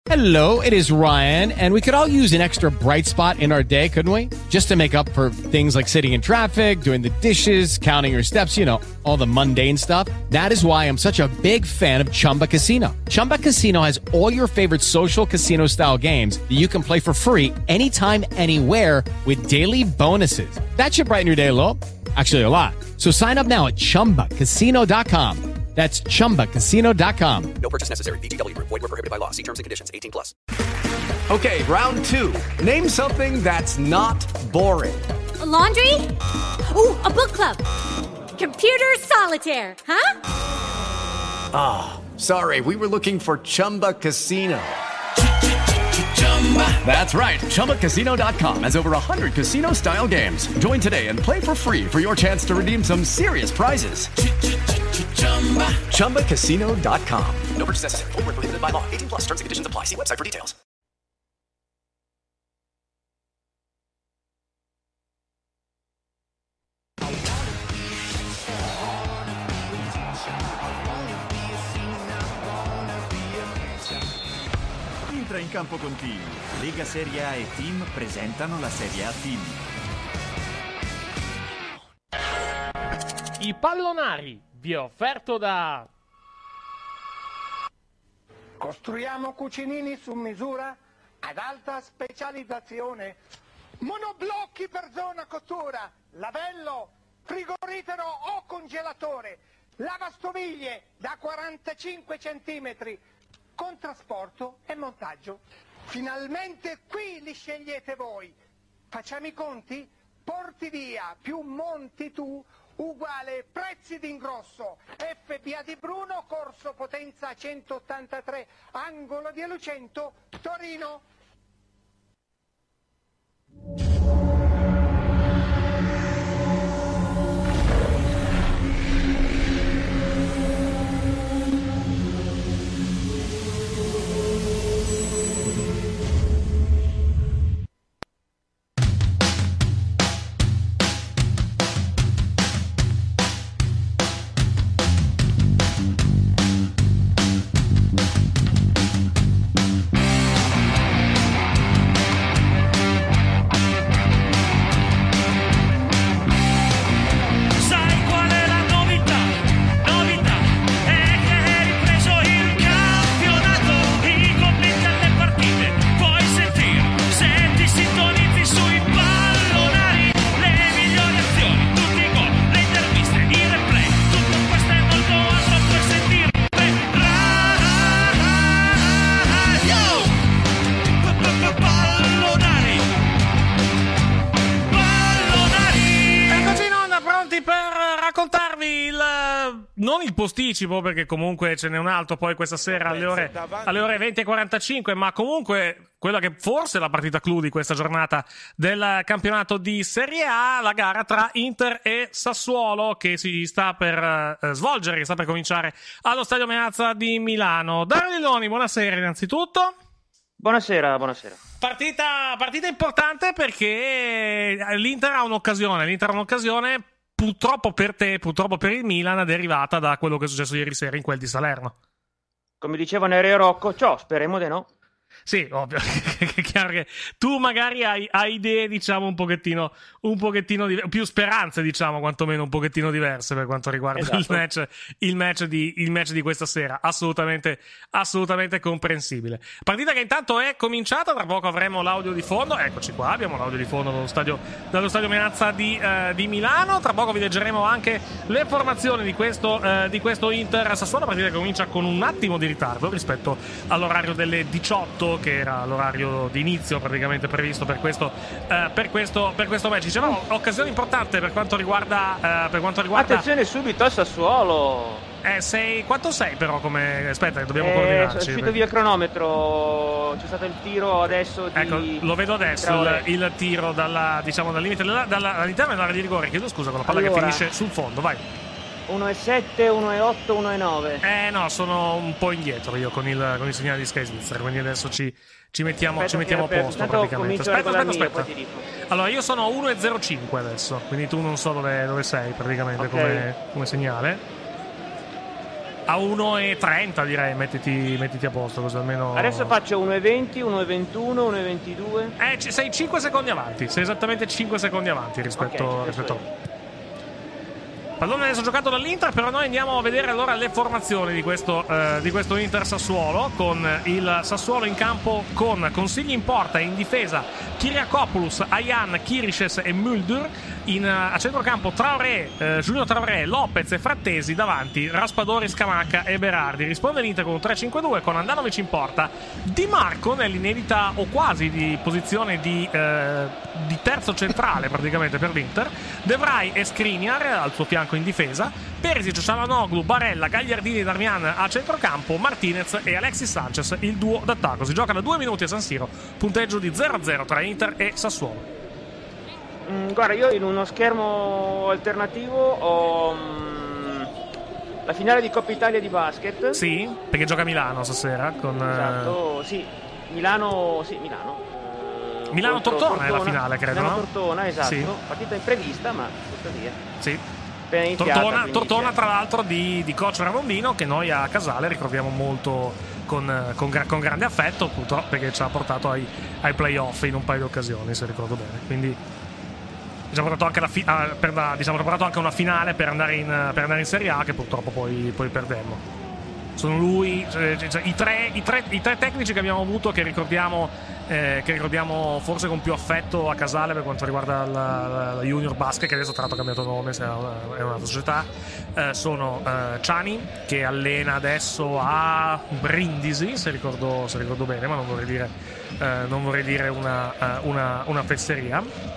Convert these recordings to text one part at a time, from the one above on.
Hello, it is Ryan, and we could all use an extra bright spot in our day, couldn't we? Just to make up for things like sitting in traffic, doing the dishes, counting your steps, you know, all the mundane stuff. That is why I'm such a big fan of Chumba Casino. Chumba Casino has all your favorite social casino-style games that you can play for free anytime, anywhere with daily bonuses. That should brighten your day a little. Actually, a lot. So sign up now at ChumbaCasino.com. That's ChumbaCasino.com. No purchase necessary. VGW Group. Void where prohibited by law. See terms and conditions. 18+. Okay, round two. Name something that's not boring. A laundry? Ooh, a book club. Computer solitaire, huh? Ah, sorry. We were looking for Chumba Casino. That's right. ChumbaCasino.com has over 100 casino-style games. Join today and play for free for your chance to redeem some serious prizes. ChumbaCasino.com. No purchase necessary. Void where prohibited by law. 18+. Terms and conditions apply. See website for details. Entra in campo con Team. Lega Serie A e Team presentano la Serie A Team. I pallonari vi è offerto da Costruiamo cucinini su misura ad alta specializzazione, monoblocchi per zona cottura, lavello, frigorifero o congelatore, lavastoviglie da 45 centimetri, con trasporto e montaggio. Finalmente qui li scegliete voi. Facciamo i conti? Porti via più monti tu uguale prezzi d'ingrosso. FBA di Bruno, corso Potenza 183, angolo di Lucento, Torino. non il posticipo, perché comunque ce n'è un altro poi questa sera alle ore 20:45, ma comunque quella che forse è la partita clou di questa giornata del campionato di Serie A, la gara tra Inter e Sassuolo, che si sta per svolgere, che sta per cominciare allo Stadio Meazza di Milano. Dario Lilloni, buonasera innanzitutto. Buonasera, buonasera. Partita importante perché l'Inter ha un'occasione, purtroppo per te, purtroppo per il Milan, derivata da quello che è successo ieri sera in quel di Salerno. Come diceva Nereo Rocco, ciao, speriamo di no. Sì, ovvio, è chiaro che tu magari hai idee, diciamo, un pochettino più speranze, diciamo, quantomeno un pochettino diverse per quanto riguarda esatto. il match di questa sera. Assolutamente comprensibile. Partita che intanto è cominciata, tra poco avremo l'audio di fondo. Eccoci qua, abbiamo l'audio di fondo dallo stadio Meazza di Milano. Tra poco vi leggeremo anche le formazioni di questo Inter Sassuolo. La partita che comincia con un attimo di ritardo rispetto all'orario delle 18, che era l'orario di inizio praticamente previsto per questo match. Dicevamo, occasione importante per quanto riguarda attenzione subito al Sassuolo. Quanto sei però come... Aspetta che dobbiamo coordinarci. È uscito via il cronometro, c'è stato il tiro adesso di... Ecco, lo vedo adesso il tiro dal limite all'interno dell'area di rigore. Chiedo scusa, con la palla che finisce sul fondo, vai. 1,7, 1,8, 1,9. No, sono un po' indietro io con il segnale di Sky Svizzera, quindi adesso ci mettiamo a posto praticamente. Aspetta. Allora, io sono 1,05 adesso, quindi tu non so dove sei praticamente, okay, come segnale. A 1,30 direi, mettiti a posto, così almeno. Adesso faccio 1,20, 1,21, 1,22. Sei 5 secondi avanti, sei esattamente 5 secondi avanti rispetto a me. Pallone adesso giocato dall'Inter, però noi andiamo a vedere allora le formazioni di questo Inter Sassuolo, con il Sassuolo in campo con Consigli in porta e in difesa Kyriakopoulos, Ayan, Kirishes e Mulder, a centrocampo Traoré, Giulio Traoré, Lopez e Frattesi, davanti Raspadori, Scamacca e Berardi. Risponde l'Inter con un 3-5-2 con Andanovic in porta, Di Marco nell'inedita o quasi di posizione di terzo centrale praticamente per l'Inter, De Vrij e Skriniar al suo fianco in difesa, Perisic, Çalhanoğlu, Barella, Gagliardini e Darmian a centrocampo, Martinez e Alexis Sanchez il duo d'attacco. Si gioca da 2 minuti a San Siro, punteggio di 0-0 tra Inter e Sassuolo. Guarda, io in uno schermo alternativo ho la finale di Coppa Italia di basket. Sì, perché gioca a Milano stasera con... Esatto, sì, Milano Tortona è la finale, credo, Milano no? Tortona, esatto, sì. Partita imprevista ma tuttavia sì. Tortona tra l'altro di coach Ramondino, che noi a Casale ricordiamo molto con grande affetto, purtroppo, perché ci ha portato ai playoff in un paio di occasioni, se ricordo bene. Quindi ci ha portato anche una finale per andare in Serie A, che purtroppo poi perdemmo. Sono lui, i tre tecnici che abbiamo avuto, che ricordiamo forse con più affetto a Casale per quanto riguarda la Junior Basket, che adesso tra l'altro ha cambiato nome, è una società. Sono Ciani, che allena adesso a Brindisi, se ricordo bene, ma non vorrei dire una fesseria.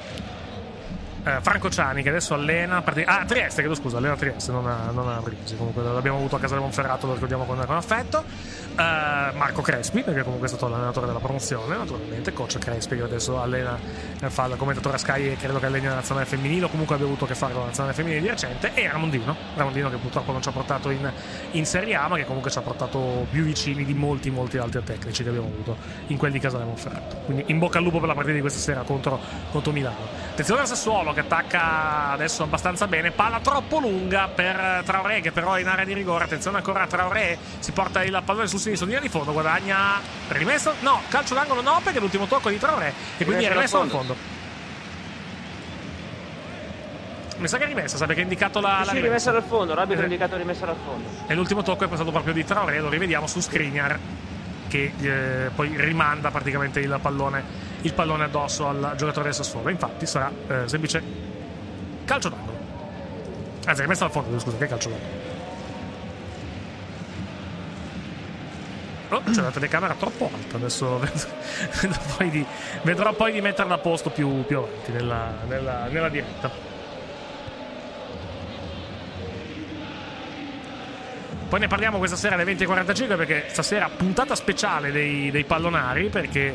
Franco Ciani, che adesso allena Trieste, allena Trieste, non a Brindisi. Comunque l'abbiamo avuto a Casale Monferrato, lo ricordiamo con affetto. Marco Crespi, perché comunque è stato l'allenatore della promozione, naturalmente, coach Crespi, che adesso fa il commentatore a Sky e credo che alleni la nazionale femminile, o comunque abbia avuto a che fare con la nazionale femminile di recente, e Ramondino, che purtroppo non ci ha portato in Serie A, ma che comunque ci ha portato più vicini di molti altri tecnici che abbiamo avuto in quelli di Casale Monferrato. Quindi in bocca al lupo per la partita di questa sera contro Milano. Attenzione al Sassuolo, che attacca adesso abbastanza bene, palla troppo lunga per Traoré, che però è in area di rigore. Attenzione ancora a Traoré, si porta il pallone sul sinistro, linea di fondo, guadagna rimessa, no, calcio d'angolo no, perché è l'ultimo tocco di Traoré e quindi è rimesso al fondo. Mi sa che è rimessa, perché ha indicato la rimessa dal fondo, l'arbitro ha indicato rimessa dal fondo. E l'ultimo tocco è passato proprio di Traoré, lo rivediamo su Skriniar, che poi rimanda praticamente il pallone addosso al giocatore del Sassuolo. Infatti sarà semplice calcio d'angolo, anzi rimessa al fondo, scusa, che calcio d'angolo. C'è la telecamera troppo alta, adesso vedrò poi di metterla a posto più avanti nella diretta. Poi ne parliamo questa sera alle 20:45, perché stasera puntata speciale dei pallonari, perché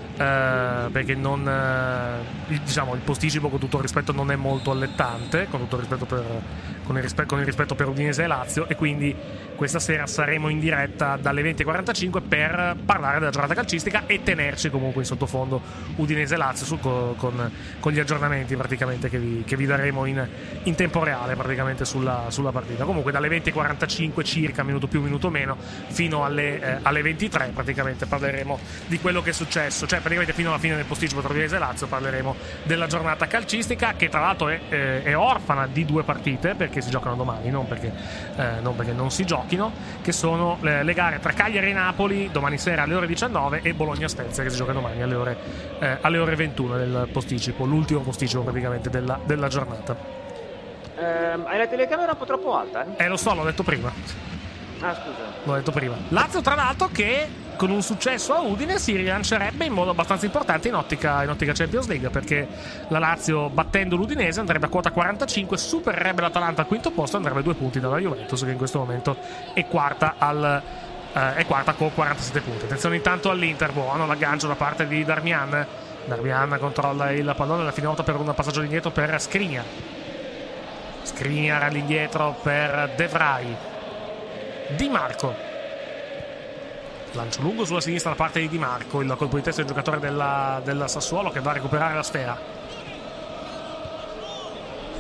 non il posticipo, con tutto il rispetto, non è molto allettante, con tutto il rispetto con il rispetto per Udinese e Lazio, e quindi questa sera saremo in diretta dalle 20:45 per parlare della giornata calcistica e tenerci comunque in sottofondo Udinese e Lazio con gli aggiornamenti praticamente che vi daremo in tempo reale praticamente sulla partita. Comunque dalle 20:45 circa, minuto più minuto meno, fino alle 23 praticamente parleremo di quello che è successo, cioè praticamente fino alla fine del posticipo tra Udinese e Lazio parleremo della giornata calcistica, che tra l'altro è orfana di 2 partite, perché si giocano domani, non perché non si giochino, che sono le gare tra Cagliari e Napoli domani sera alle ore 19 e Bologna-Spezia, che si gioca domani alle ore 21 del posticipo, l'ultimo posticipo praticamente della giornata. Hai la telecamera un po' troppo alta? Lo so, l'ho detto prima. Ah, scusa. L'ho detto prima. Lazio, tra l'altro, che con un successo a Udine si rilancerebbe in modo abbastanza importante in ottica Champions League, perché la Lazio, battendo l'Udinese, andrebbe a quota 45, supererebbe l'Atalanta al quinto posto, andrebbe a 2 punti dalla Juventus, che in questo momento è quarta con 47 punti. Attenzione intanto all'Inter, buono l'aggancio da parte di Darmian controlla il pallone, alla fine volta per un passaggio indietro per Skriniar all'indietro per De Vrij. Di Marco, lancio lungo sulla sinistra da parte di Di Marco, il colpo di testa del giocatore del Sassuolo, che va a recuperare la sfera.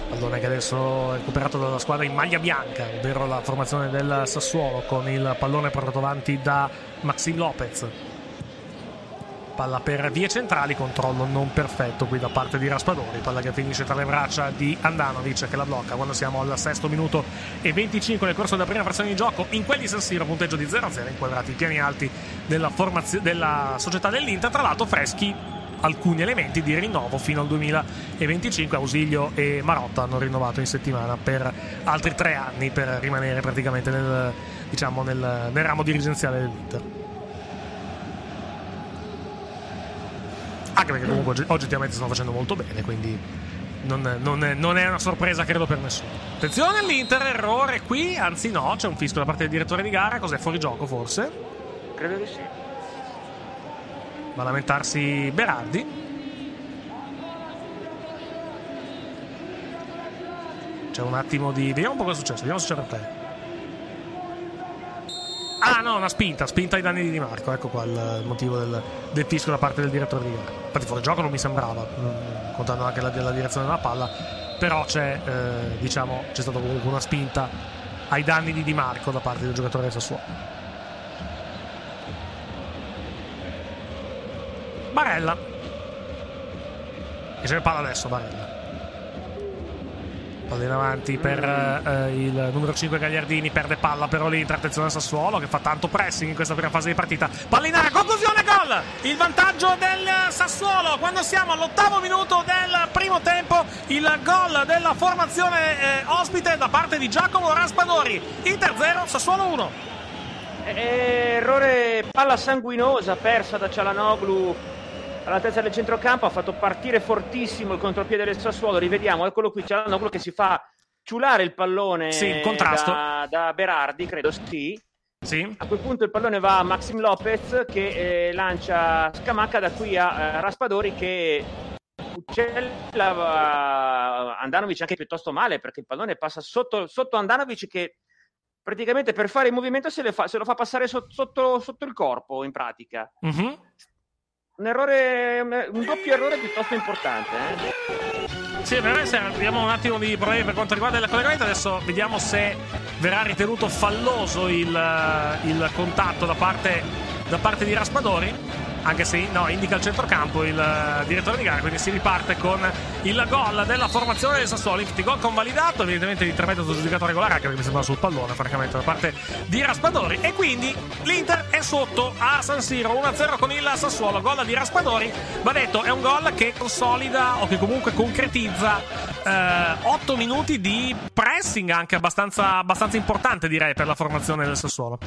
Pallone che adesso è recuperato dalla squadra in maglia bianca, ovvero la formazione del Sassuolo, con il pallone portato avanti da Maxim Lopez. Palla per vie centrali, controllo non perfetto qui da parte di Raspadori, palla che finisce tra le braccia di Andanovic che la blocca quando siamo al 6° minuto e 25 nel corso della prima frazione di gioco. In quelli San Siro, punteggio di 0-0, inquadrati i piani alti della società dell'Inter, tra l'altro freschi alcuni elementi di rinnovo fino al 2025. Ausilio e Marotta hanno rinnovato in settimana per altri 3 anni per rimanere praticamente nel ramo dirigenziale dell'Inter. Anche perché comunque oggettivamente stanno facendo molto bene, quindi non è una sorpresa credo per nessuno. Attenzione all'Inter, errore qui, anzi no, c'è un fischio da parte del direttore di gara. Cos'è, fuori gioco forse? Credo di sì. Va a lamentarsi Berardi. C'è un attimo di... Vediamo un po' cosa è successo, vediamo se c'è replay. Ah no, una spinta ai danni di Di Marco. Ecco qua il motivo del fischio da parte del direttore di gara. Infatti fuori gioco non mi sembrava, contando anche la direzione della palla, però c'è stata comunque una spinta ai danni di Di Marco da parte del giocatore del Sassuolo. Barella, che c'è palla adesso. Barella, palla in avanti per il numero 5 Gagliardini, perde palla però l'Inter. Attenzione al Sassuolo che fa tanto pressing in questa prima fase di partita. Palla in area, conclusione, gol! Il vantaggio del Sassuolo quando siamo all'8° minuto del primo tempo. Il gol della formazione ospite da parte di Giacomo Raspadori. Inter 0, Sassuolo 1. Errore, palla sanguinosa persa da Çalhanoğlu all'altezza del centrocampo, ha fatto partire fortissimo il contropiede del Sassuolo. Rivediamo, eccolo qui, Çalhanoğlu che si fa ciulare il pallone da Berardi, credo sì. A quel punto il pallone va a Maxim Lopez che lancia Scamacca da qui a Raspadori che uccella Andanovic anche piuttosto male, perché il pallone passa sotto Andanovic che praticamente per fare il movimento se lo fa passare sotto il corpo in pratica. Un doppio errore piuttosto importante. Sì, veramente abbiamo un attimo di problemi per quanto riguarda il collegamento. Adesso vediamo se verrà ritenuto falloso il contatto da parte di Raspadori, anche se indica il centrocampo il direttore di gara, quindi si riparte con il gol della formazione del Sassuolo. Il gol convalidato, evidentemente l'intervento è giudicato regolare, anche perché mi sembra sul pallone francamente da parte di Raspadori, e quindi l'Inter è sotto a San Siro 1-0 con il Sassuolo. Gol di Raspadori, va detto, è un gol che consolida o che comunque concretizza 8 minuti di pressing anche abbastanza importante, direi, per la formazione del Sassuolo.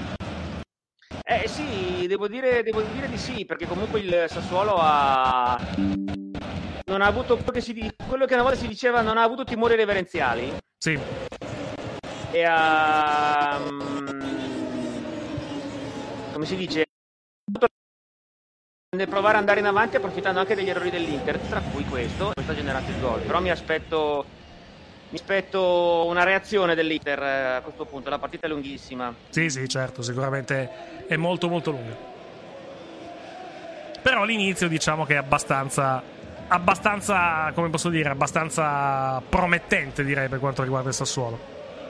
Sì, devo dire di sì, perché comunque il Sassuolo non ha avuto quello che una volta si diceva, non ha avuto timori reverenziali. Sì. E ha, come si dice, nel provare ad andare in avanti, approfittando anche degli errori dell'Inter, tra cui questo ha generato il gol. Però mi aspetto una reazione dell'Inter a questo punto. La partita è lunghissima. Sì, certo, sicuramente è molto molto lunga. Però l'inizio diciamo che è abbastanza, come posso dire, abbastanza promettente, direi, per quanto riguarda il Sassuolo.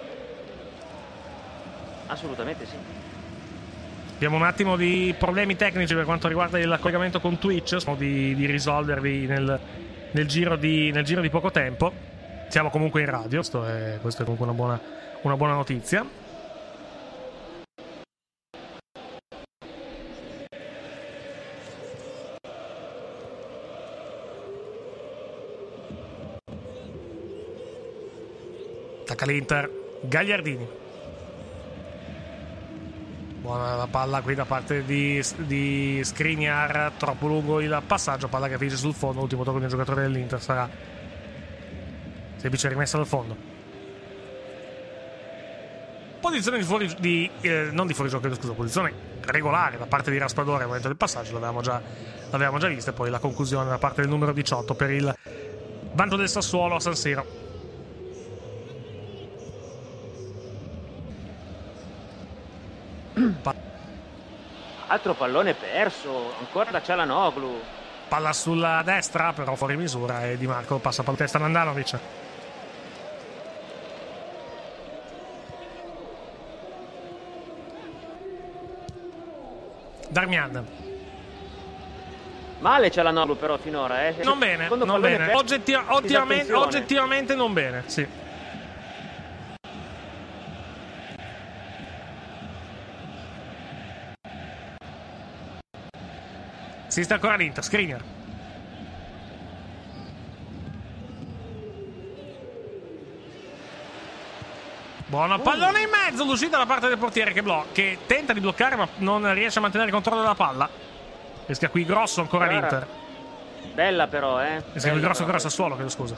Assolutamente sì. Abbiamo un attimo di problemi tecnici per quanto riguarda il collegamento con Twitch, speriamo di risolverli nel giro di poco tempo. Siamo comunque in radio, questo è comunque una buona notizia. Attacca l'Inter, Gagliardini. Buona la palla qui da parte di Skriniar, troppo lungo il passaggio, palla che finisce sul fondo. L'ultimo tocco del giocatore dell'Inter sarà semplice rimessa dal fondo. Posizione posizione regolare da parte di Raspadori al momento del passaggio, l'avevamo già vista, e poi la conclusione da parte del numero 18 per il vantaggio del Sassuolo a San Siro. Altro pallone perso, ancora da Çalhanoğlu. Palla sulla destra, però fuori misura, e Di Marco passa per testa a Andanovic. Darmian. Male c'è la Noglu però finora, Non bene, non bene. Oggettivamente non bene, sì. Si sta ancora l'Inter, Skriniar. Buono pallone in mezzo, l'uscita da parte del portiere che tenta di bloccare ma non riesce a mantenere il controllo della palla. Rischia qui grosso ancora l'Inter. Bella però, Rischia qui grosso ancora Sassuolo, chiedo scusa.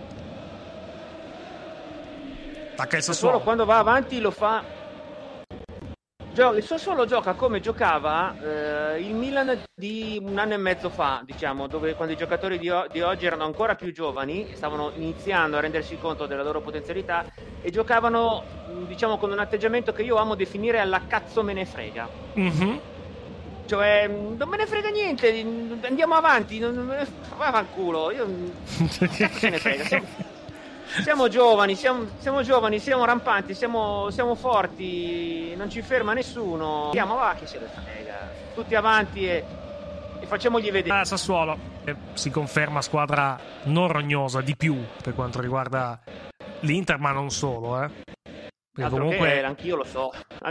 Attacca il Sassuolo. Quando va avanti lo fa. Il Sassuolo gioca come giocava il Milan di un anno e mezzo fa, diciamo, dove quando i giocatori di oggi erano ancora più giovani, stavano iniziando a rendersi conto della loro potenzialità e giocavano, diciamo, con un atteggiamento che io amo definire alla cazzo me ne frega. Mm-hmm. Cioè, non me ne frega niente, andiamo avanti, vaffanculo, cazzo me ne frega. Siamo giovani, siamo rampanti, siamo forti, non ci ferma nessuno. Andiamo va, che se ne frega. Tutti avanti e facciamogli vedere. Sassuolo si conferma squadra non rognosa di più per quanto riguarda l'Inter, ma non solo, comunque anch'io lo so. A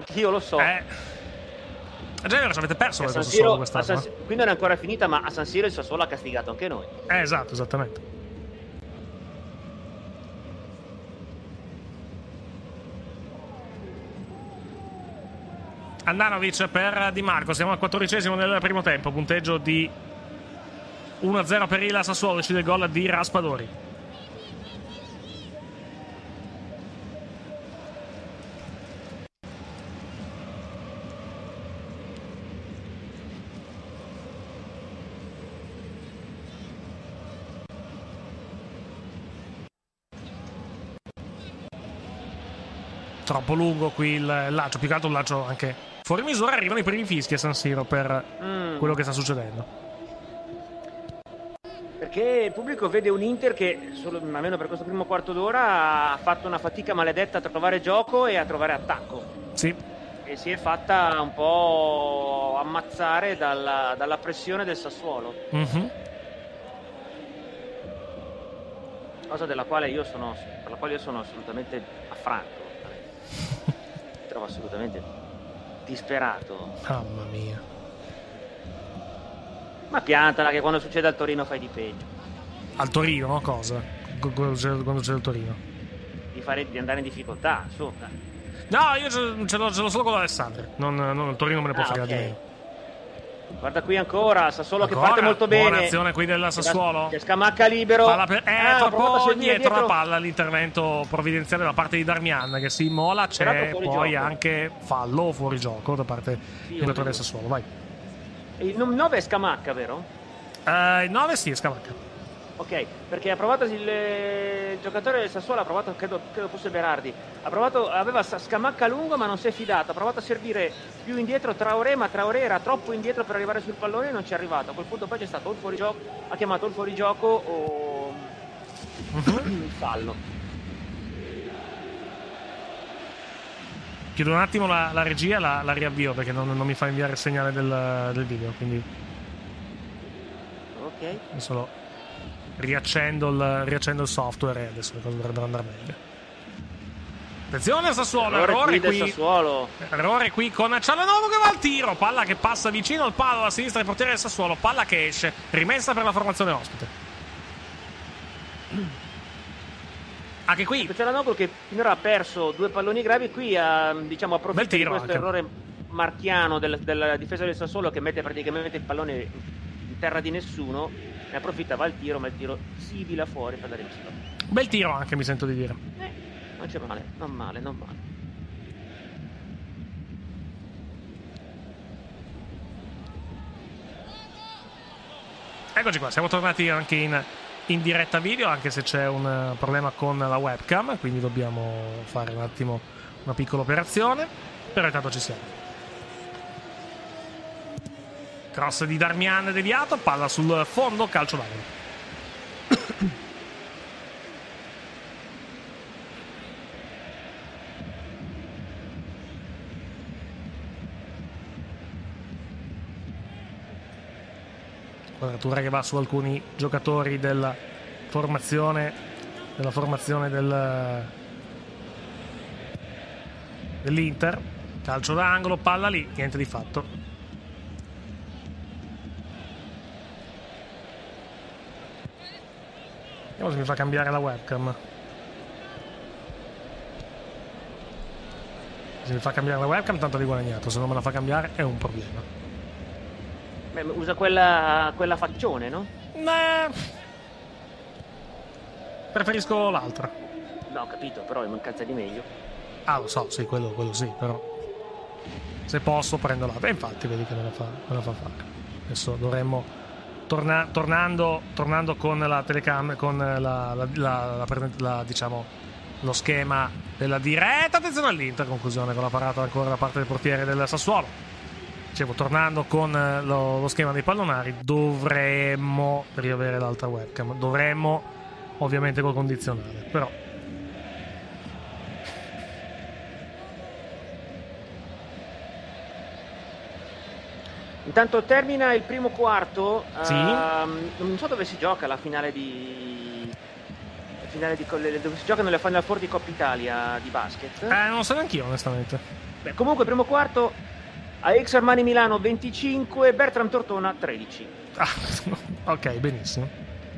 genere ci avete perso San Siro, quest'anno. Qui non è ancora finita, ma a San Siro il Sassuolo ha castigato anche noi. Esatto, esattamente. Andanovic per Di Marco, siamo al 14esimo del primo tempo, punteggio di 1-0 per il Sassuolo, decide il gol di Raspadori. Troppo lungo qui il lancio, più che altro un lancio anche fuori misura. Arrivano i primi fischi a San Siro per quello che sta succedendo, perché il pubblico vede un Inter che almeno per questo primo quarto d'ora ha fatto una fatica maledetta a trovare gioco e a trovare attacco. Sì. E si è fatta un po' ammazzare dalla pressione del Sassuolo. Mm-hmm. Cosa per la quale io sono assolutamente affranto. Mi trovo assolutamente disperato. Mamma mia. Ma piantala che quando succede al Torino fai di peggio. Al Torino, no? Cosa? Quando c'è il Torino? Di andare in difficoltà, su. No, io ce l'ho solo con l'Alessandria. Non il Torino me ne può fregare di meno. Guarda qui ancora Sassuolo che parte molto bene. Buona azione qui del Sassuolo. Che Scamacca libero. Troppo dietro la palla, l'intervento provvidenziale da parte di Darmian che si immola. C'è poi gioco. Anche fallo fuori gioco da parte del giocatore del Sassuolo. Vai. Il 9 è Scamacca, vero? Il 9 sì, è Scamacca. Ok, perché ha provato il giocatore del Sassuolo, ha provato, credo fosse Berardi, aveva Scamacca lungo ma non si è fidato, ha provato a servire più indietro Traoré, ma Traoré era troppo indietro per arrivare sul pallone e non ci è arrivato. A quel punto poi c'è stato il fuorigioco, ha chiamato il fuorigioco o il fallo. Chiudo un attimo la regia, la riavvio perché non mi fa inviare il segnale del video, quindi ok. Adesso lo riaccendo il software e adesso le cose dovrebbero andare meglio. Attenzione Sassuolo, errore qui con Cialanoglu che va al tiro, palla che passa vicino al palo a sinistra del portiere del Sassuolo, palla che esce, rimessa per la formazione ospite. Anche qui Cialanoglu che finora ha perso 2 palloni gravi, qui ha approfittato di questo errore marchiano della difesa del Sassuolo che mette praticamente il pallone in terra di nessuno, ne approfitta, va al tiro, ma il tiro sibila fuori per dare il tiro. Bel tiro anche, mi sento di dire. Non c'è male, non male. Eccoci qua, siamo tornati anche in diretta video, anche se c'è un problema con la webcam, quindi dobbiamo fare un attimo una piccola operazione, però intanto ci siamo. Cross di Darmian deviato, palla sul fondo, calcio d'angolo. quadratura che va su alcuni giocatori della formazione dell'Inter. Calcio d'angolo, palla lì, niente di fatto. Vediamo se mi fa cambiare la webcam. Se mi fa cambiare la webcam tanto di guadagnato, se non me la fa cambiare è un problema. Beh, usa quella faccione, no? Preferisco l'altra. No, ho capito, però è mancanza di meglio. Ah, lo so, sì, quello sì, però se posso prendo l'altra. E infatti vedi che me la fa fare. Adesso dovremmo tornando con la telecamera, con la diciamo lo schema della diretta. Attenzione all'Inter, conclusione con la parata ancora da parte del portiere del Sassuolo. Dicevo, tornando con lo schema dei pallonari, dovremmo riavere l'altra webcam. Dovremmo, ovviamente col condizionale, però intanto termina il primo quarto. Sì. Non so dove si gioca la finale dove si giocano le Final Four di Coppa Italia di basket. Non so neanch'io, onestamente. Beh, comunque primo quarto a Ex Armani Milano 25, Bertram Tortona 13. Ok, benissimo.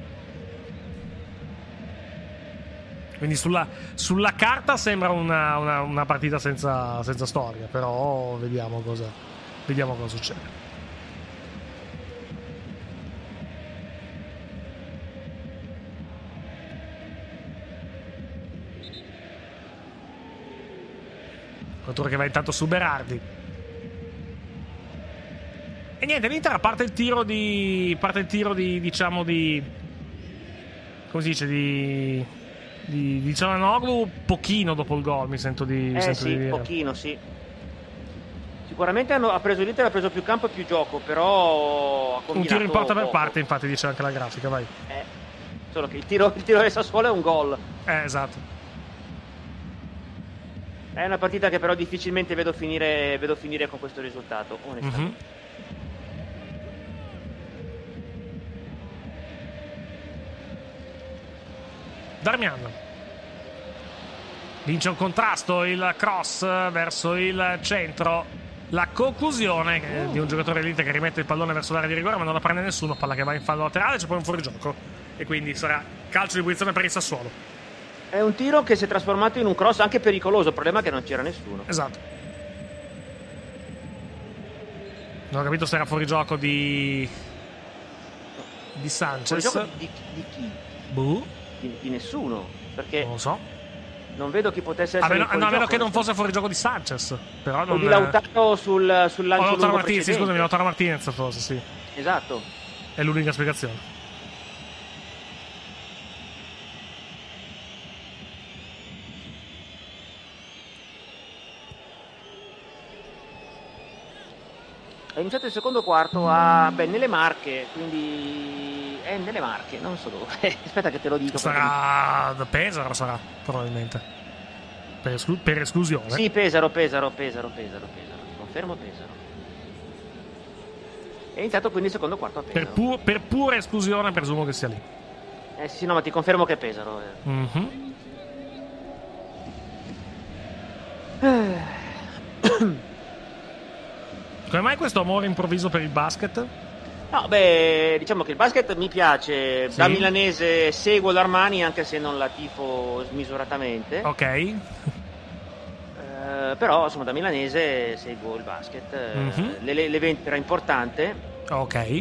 Quindi sulla carta sembra una partita senza storia, però vediamo cosa succede. Che va intanto su Berardi. E niente, l'Inter parte il tiro di diciamo di come si dice di Çalhanoğlu pochino dopo il gol, mi sento di dire. Pochino, sì. Sicuramente l'Inter ha preso più campo e più gioco, però ha combinato un tiro in porta per poco. parte, infatti dice anche la grafica, vai. Solo che il tiro del Sassuolo è un gol. Esatto. È una partita che però difficilmente vedo finire con questo risultato, onestamente. Mm-hmm. Darmian vince un contrasto, il cross verso il centro, la conclusione di un giocatore dell'Inter che rimette il pallone verso l'area di rigore ma non la prende nessuno, palla che va in fallo laterale, c'è poi un fuorigioco e quindi sarà calcio di punizione per il Sassuolo. È un tiro che si è trasformato in un cross anche pericoloso, il problema è che non c'era nessuno. Esatto. Non ho capito se era fuorigioco di Sanchez. Fuorigioco di chi? Di nessuno, perché non lo so. Non vedo chi potesse essere a meno che non fosse fuorigioco di Sanchez, però non... o di Lautaro sul lancio lungo precedente. Scusami, Lautaro Martinez forse, sì. Esatto. È l'unica spiegazione. È iniziato il secondo quarto nelle Marche, quindi è nelle Marche, non so dove. Aspetta che te lo dico. Sarà da Pesaro, sarà probabilmente per esclusione. Sì, Pesaro. Confermo Pesaro. È iniziato quindi il secondo quarto a Pesaro. Per pura esclusione presumo che sia lì. Sì, no, ma ti confermo che è Pesaro. Mm-hmm. Come mai questo amore improvviso per il basket? No, diciamo che il basket mi piace. Sì. Da milanese seguo l'Armani, anche se non la tifo smisuratamente. Ok. Però, insomma, da milanese seguo il basket. Mm-hmm. L'evento era importante. Ok.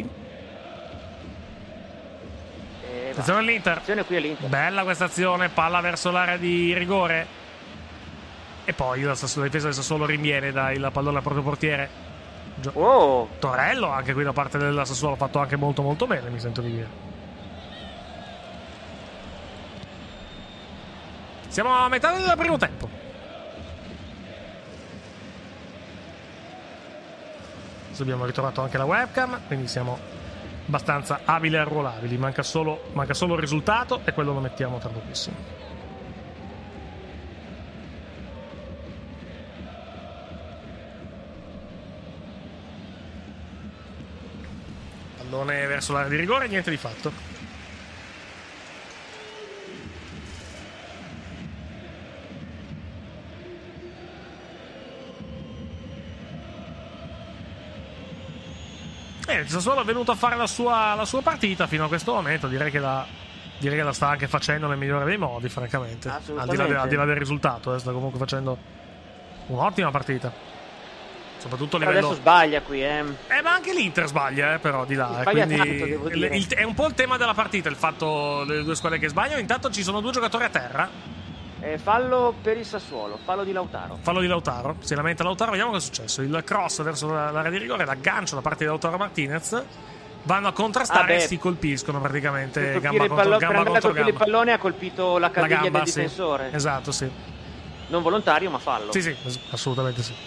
Attenzione all'Inter. Attenzione qui all'Inter. Bella questa azione, palla verso l'area di rigore. E poi la difesa del Sassuolo rinviene dal pallone al proprio portiere. Torello anche qui da parte del Sassuolo ha fatto anche molto molto bene, mi sento di dire. Siamo a metà del primo tempo. Adesso abbiamo ritrovato anche la webcam, quindi siamo abbastanza abili e arruolabili. Manca solo il risultato e quello lo mettiamo tra pochissimo. Pallone verso l'area di rigore, niente di fatto. Il Sassuolo è venuto a fare la sua partita fino a questo momento. Direi che la sta anche facendo nel migliore dei modi, francamente. Al di là del risultato, sta comunque facendo un'ottima partita. Soprattutto a livello. Adesso sbaglia qui, ma anche l'Inter sbaglia, però di là. Quindi tanto, devo dire. È un po' il tema della partita, il fatto delle due squadre che sbagliano. Intanto ci sono 2 giocatori a terra. Fallo per il Sassuolo, fallo di Lautaro. Si lamenta Lautaro, vediamo cosa è successo. Il cross verso l'area di rigore, l'aggancio da parte di Lautaro Martinez. Vanno a contrastare e si colpiscono praticamente gamba contro gamba. Il pallone ha colpito la caviglia del difensore. Esatto, sì. Non volontario, ma fallo. Sì, assolutamente sì.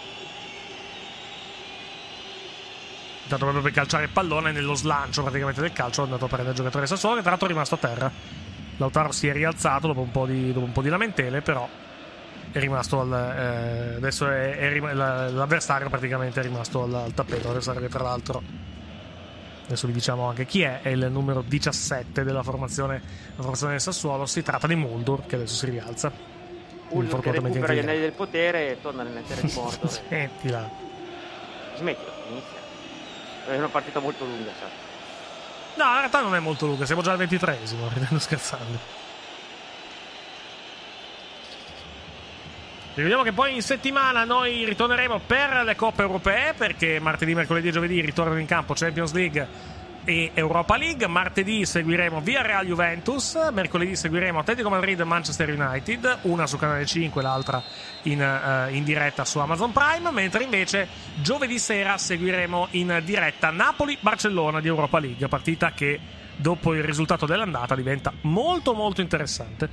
Intanto proprio per calciare il pallone nello slancio praticamente del calcio è andato a prendere il giocatore Sassuolo, che tra l'altro è rimasto a terra. Lautaro si è rialzato dopo un po' di lamentele, però è rimasto adesso l'avversario praticamente è rimasto al tappeto. L'avversario che tra l'altro, adesso vi diciamo anche chi è il numero 17 della formazione del Sassuolo. Si tratta di Muldur, che adesso si rialza. Muldur che recupera gli anelli del potere e torna nelle terre di morto. Smettila, inizia. È una partita molto lunga, sai. No, in realtà non è molto lunga, siamo già al 23esimo, ridendo scherzando. Ricordiamo che poi in settimana noi ritorneremo per le coppe europee, perché martedì, mercoledì e giovedì ritornano in campo Champions League e Europa League. Martedì seguiremo Villarreal Juventus, mercoledì seguiremo Atletico Madrid Manchester United, una su Canale 5, l'altra in diretta su Amazon Prime, mentre invece giovedì sera seguiremo in diretta Napoli-Barcellona di Europa League, partita che dopo il risultato dell'andata diventa molto molto interessante.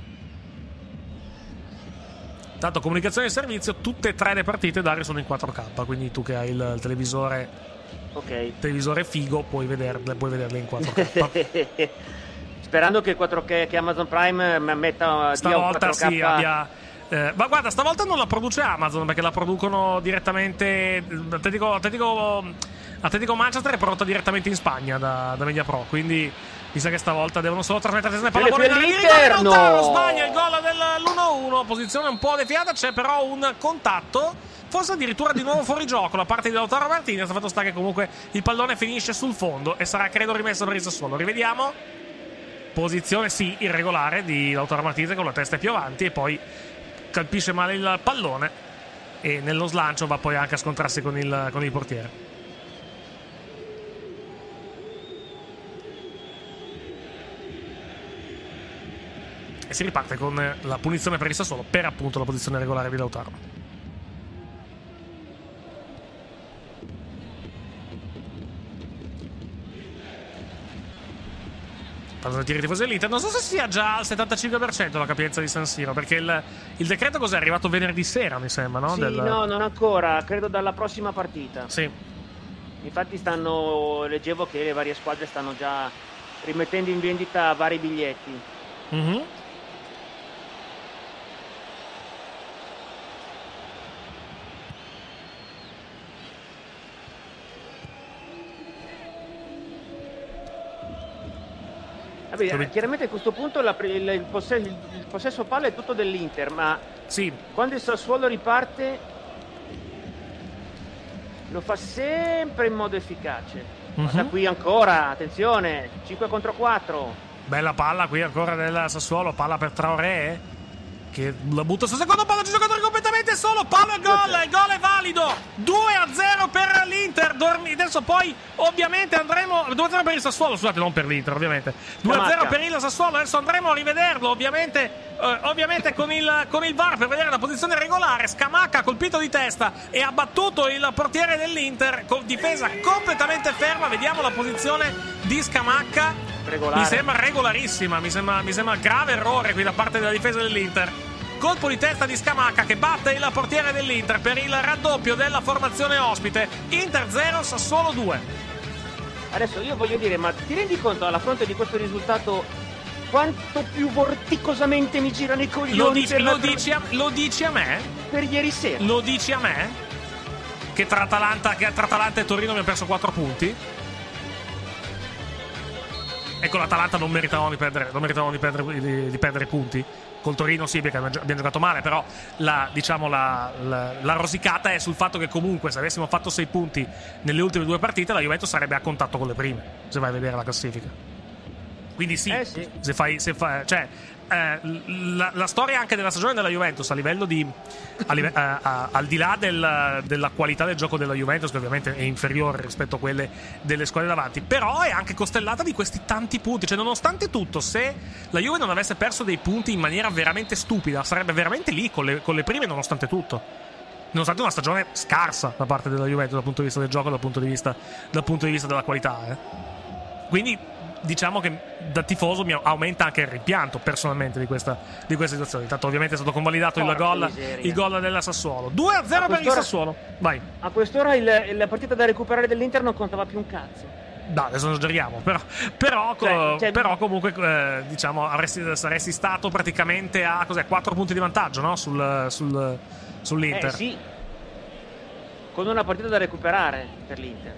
Tanto comunicazione e servizio, tutte e 3 le partite, Dario, sono in 4K, quindi tu che hai il televisore figo puoi vederle in 4K. Sperando che 4K, che Amazon Prime metta stavolta 4K. sì abbia. Ma guarda, stavolta non la produce Amazon, perché la producono direttamente. Atletico Manchester è prodotta direttamente in Spagna da Mediapro, quindi mi sa che stavolta devono solo trasmettere palla all'interno. Lautaro sbaglia il gol dell'1-1, posizione un po' deviata, c'è però un contatto, forse addirittura di nuovo fuori gioco da parte di Lautaro Martinez. Fatto sta che comunque il pallone finisce sul fondo e sarà credo rimesso per il Sassuolo. Rivediamo. Posizione sì irregolare di Lautaro Martinez, con la testa più avanti, e poi colpisce male il pallone e nello slancio va poi anche a scontrarsi con il portiere. E si riparte con la punizione per il Sassuolo per appunto la posizione regolare di Lautaro. Parlando dei tiri tifosi dell'Inter, non so se sia già al 75% la capienza di San Siro, perché il decreto cos'è? È arrivato venerdì sera, mi sembra, no? Sì, no, non ancora, credo dalla prossima partita. Sì. Infatti leggevo che le varie squadre stanno già rimettendo in vendita vari biglietti. Mm-hmm. Vabbè, chiaramente a questo punto il possesso palla è tutto dell'Inter, ma sì, quando il Sassuolo riparte lo fa sempre in modo efficace. Da qui ancora, attenzione, 5 contro 4. Bella palla qui ancora del Sassuolo, palla per Traoré che la butta sul secondo palo, giocatore completamente solo, palo e gol, il gol è valido, 2-0 per l'Inter. Adesso poi ovviamente andremo 2-0 per il Sassuolo, scusate, non per l'Inter ovviamente, 2-0 per il Sassuolo. Adesso andremo a rivederlo ovviamente con il VAR per vedere la posizione regolare. Scamacca ha colpito di testa e ha battuto il portiere dell'Inter con difesa completamente ferma. Vediamo la posizione di Scamacca. Regolare. Mi sembra regolarissima, mi sembra grave errore qui da parte della difesa dell'Inter. Colpo di testa di Scamacca che batte il portiere dell'Inter per il raddoppio della formazione ospite. Inter 0, Sassuolo 2. Adesso io voglio dire, ma ti rendi conto alla fronte di questo risultato quanto più vorticosamente mi girano i coglioni? Lo dici a me? Per ieri sera. Lo dici a me? Che tra Atalanta e Torino abbiamo perso 4 punti? e con l'Atalanta non meritavano di perdere punti. Col Torino sì, perché abbiamo giocato male, però la rosicata è sul fatto che comunque se avessimo fatto 6 punti nelle ultime 2 partite la Juventus sarebbe a contatto con le prime, se vai a vedere la classifica. Quindi sì. La storia anche della stagione della Juventus a livello di al di là della qualità del gioco della Juventus, che ovviamente è inferiore rispetto a quelle delle squadre davanti, però è anche costellata di questi tanti punti. Cioè, nonostante tutto, se la Juve non avesse perso dei punti in maniera veramente stupida, sarebbe veramente lì con le prime, nonostante tutto, nonostante una stagione scarsa da parte della Juventus dal punto di vista del gioco, dal punto di vista della qualità, Quindi diciamo che da tifoso mi aumenta anche il rimpianto personalmente di questa situazione. Intanto ovviamente è stato convalidato il gol della Sassuolo. 2-0 per il Sassuolo. Vai. A quest'ora la partita da recuperare dell'Inter non contava più un cazzo. No, adesso non esageriamo, però comunque diciamo saresti stato praticamente a 4 punti di vantaggio, no? sull'Inter. Sì. Con una partita da recuperare per l'Inter.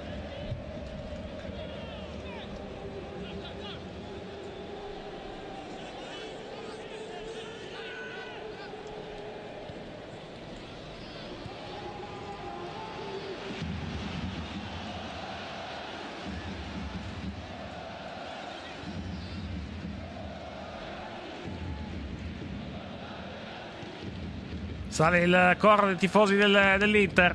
Sale il coro dei tifosi dell'Inter.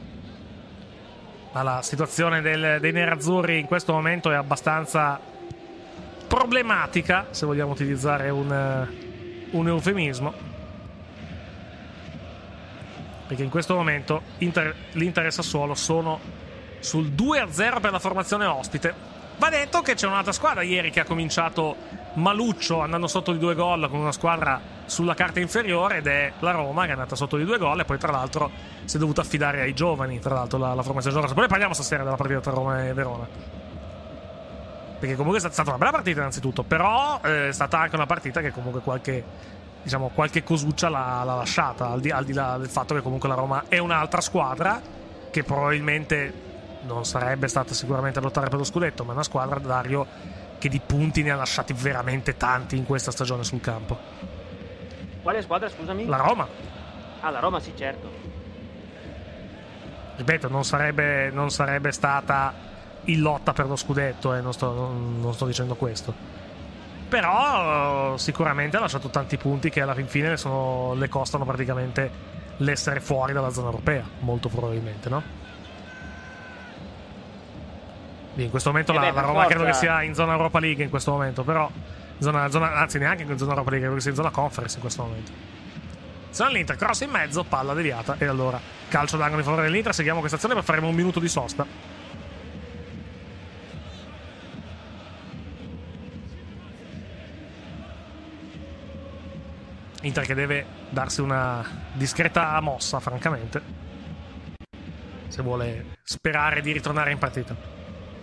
Ma la situazione dei nerazzurri in questo momento è abbastanza problematica, se vogliamo utilizzare un eufemismo, perché in questo momento l'Inter e Sassuolo sono sul 2-0 per la formazione ospite. Va detto che c'è un'altra squadra ieri che ha cominciato maluccio, andando sotto di 2 gol con una squadra sulla carta inferiore, ed è la Roma, che è andata sotto di 2 gol e poi tra l'altro si è dovuta affidare ai giovani, tra l'altro la formazione giovane. Poi parliamo stasera della partita tra Roma e Verona, perché comunque è stata una bella partita innanzitutto, però è stata anche una partita che comunque qualche cosuccia l'ha lasciata, al di là del fatto che comunque la Roma è un'altra squadra che probabilmente non sarebbe stata sicuramente a lottare per lo scudetto, ma è una squadra, Dario, che di punti ne ha lasciati veramente tanti in questa stagione sul campo. Quale squadra, scusami? La Roma. La Roma, sì, certo. Ripeto, non sarebbe stata in lotta per lo scudetto, non sto dicendo questo. Però sicuramente ha lasciato tanti punti che alla fin fine le costano praticamente l'essere fuori dalla zona europea, molto probabilmente, no? In questo momento la Roma credo che sia in zona Europa League in questo momento, però anzi neanche in zona Europa League, credo che sia in zona Conference in questo momento. Sono l'Inter, cross in mezzo, palla deviata, e allora calcio d'angolo in favore dell'Inter. Seguiamo questa azione, poi faremo un minuto di sosta. Inter che deve darsi una discreta mossa, francamente, se vuole sperare di ritornare in partita.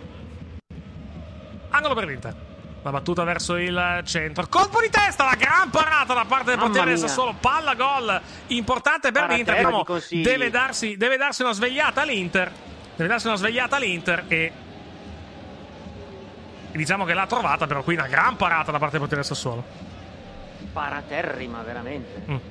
Angolo per l'Inter, la battuta verso il centro, colpo di testa, la gran parata da parte del portiere del Sassuolo, palla gol importante per l'Inter. Deve darsi una svegliata all'Inter, e diciamo che l'ha trovata, però qui una gran parata da parte del portiere del Sassuolo, paraterrima veramente.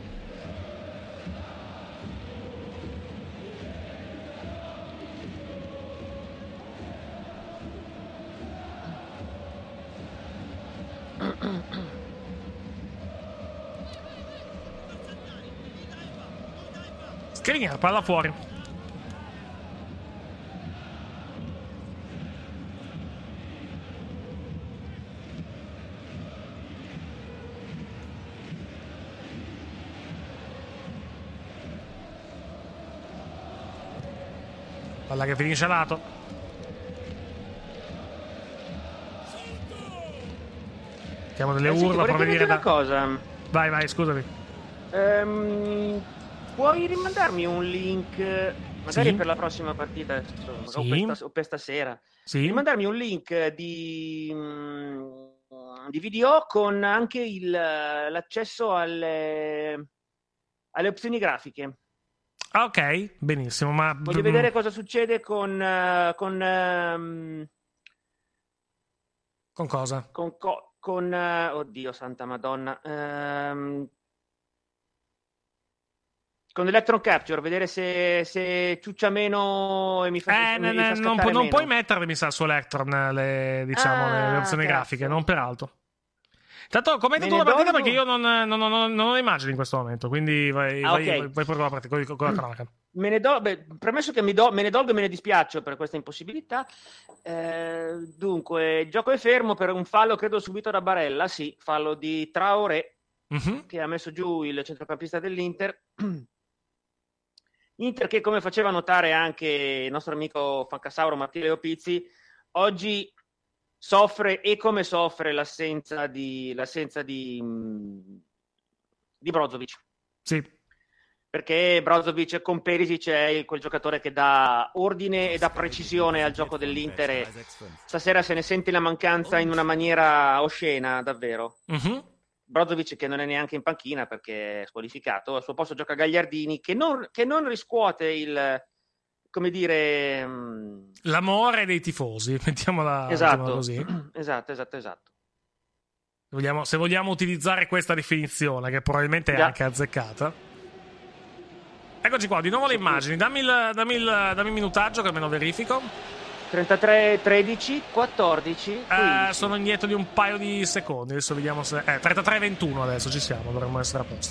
Skriniar, palla fuori. Palla che finisce a lato. Chiamo delle urla, provenire da cosa. Vai, scusami. Puoi rimandarmi un link, magari per la prossima partita, o per stasera? Sì. Rimandarmi un link di video con anche l'accesso alle opzioni grafiche. Ok, benissimo. Ma voglio vedere cosa succede con Con cosa? Con oddio, santa Madonna. Con Electron Capture, vedere se ciuccia meno e mi fa non puoi metterle, mi sa, su Electron le opzioni grafiche, non peraltro. Tanto commenta tu la partita perché io non ho immagini in questo momento, quindi vai proprio la partita con la cronaca. Premesso che me ne dolgo e me ne dispiaccio per questa impossibilità. Dunque, il gioco è fermo per un fallo, credo subito da Barella, sì, fallo di Traoré, che ha messo giù il centrocampista dell'Inter. Inter che, come faceva notare anche il nostro amico Fancasauro Matteo Pizzi, oggi soffre, e come soffre, l'assenza di Brozovic. Sì. Perché Brozovic con Perisic è quel giocatore che dà ordine e dà precisione al gioco dell'Inter, e stasera se ne sente la mancanza in una maniera oscena, davvero. Brozovic che non è neanche in panchina perché è squalificato, al suo posto gioca Gagliardini che non riscuote l'amore dei tifosi, mettiamola così. Esatto. Se vogliamo utilizzare questa definizione, che probabilmente è anche azzeccata. Eccoci qua, di nuovo le immagini. Dammi il minutaggio che almeno verifico. 33, 13, 14, 15. Sono indietro di un paio di secondi. Adesso vediamo se 33, 21 adesso ci siamo, dovremmo essere a posto.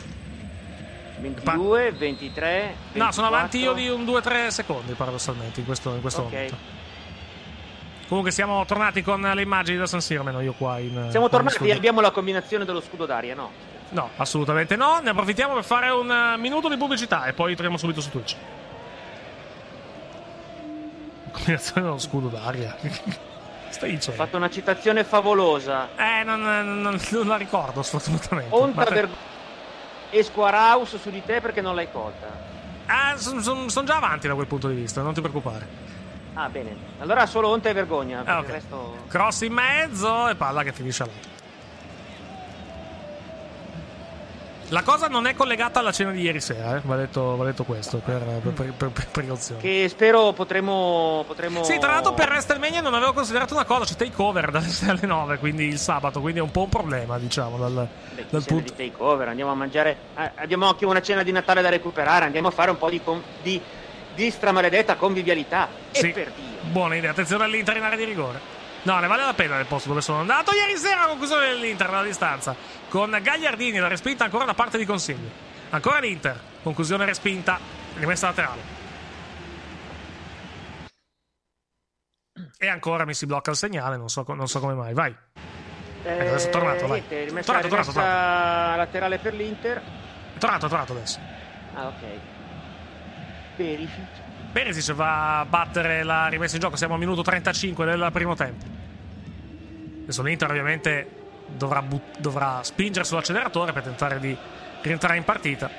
22, 23, 24. No, sono avanti io di un 2-3 secondi paradossalmente in questo momento. Comunque siamo tornati con le immagini da San Siro, almeno io qua siamo tornati e abbiamo la combinazione dello scudo d'aria, no? No, assolutamente no. Ne approfittiamo per fare un minuto di pubblicità e poi torniamo subito su Twitch. Combinazione dello scudo d'aria. Stai dicendo? Ho fatto una citazione favolosa. Non la ricordo sfortunatamente. Esquaraus su di te perché non l'hai colta. Sono già avanti da quel punto di vista, non ti preoccupare. Ah, bene. Allora solo onta e vergogna. Okay. Il resto... Cross in mezzo e palla che finisce là. La cosa non è collegata alla cena di ieri sera, va detto questo per precauzione. Che spero potremo. Sì, tra l'altro per WrestleMania non avevo considerato una cosa, c'è takeover dalle 6 alle 9, quindi il sabato, quindi è un po' un problema, diciamo, dal punto di takeover. Andiamo a mangiare, abbiamo anche una cena di Natale da recuperare, andiamo a fare un po' di stramaledetta convivialità. Sì, e per Dio. Buona idea, attenzione all'Inter in area di rigore. No, ne vale la pena del posto dove sono andato ieri sera, a conclusione dell'Inter dalla distanza, con Gagliardini, la respinta ancora da parte di Consigli. Ancora l'Inter, conclusione respinta, rimessa laterale. E ancora mi si blocca il segnale, non so come mai, vai. Adesso è tornato, vai. Tornato. Laterale per l'Inter. È tornato adesso. Ah, ok. Perisic va a battere la rimessa in gioco. Siamo al minuto 35 del primo tempo. Adesso l'Inter ovviamente dovrà spingere sull'acceleratore per tentare di rientrare in partita.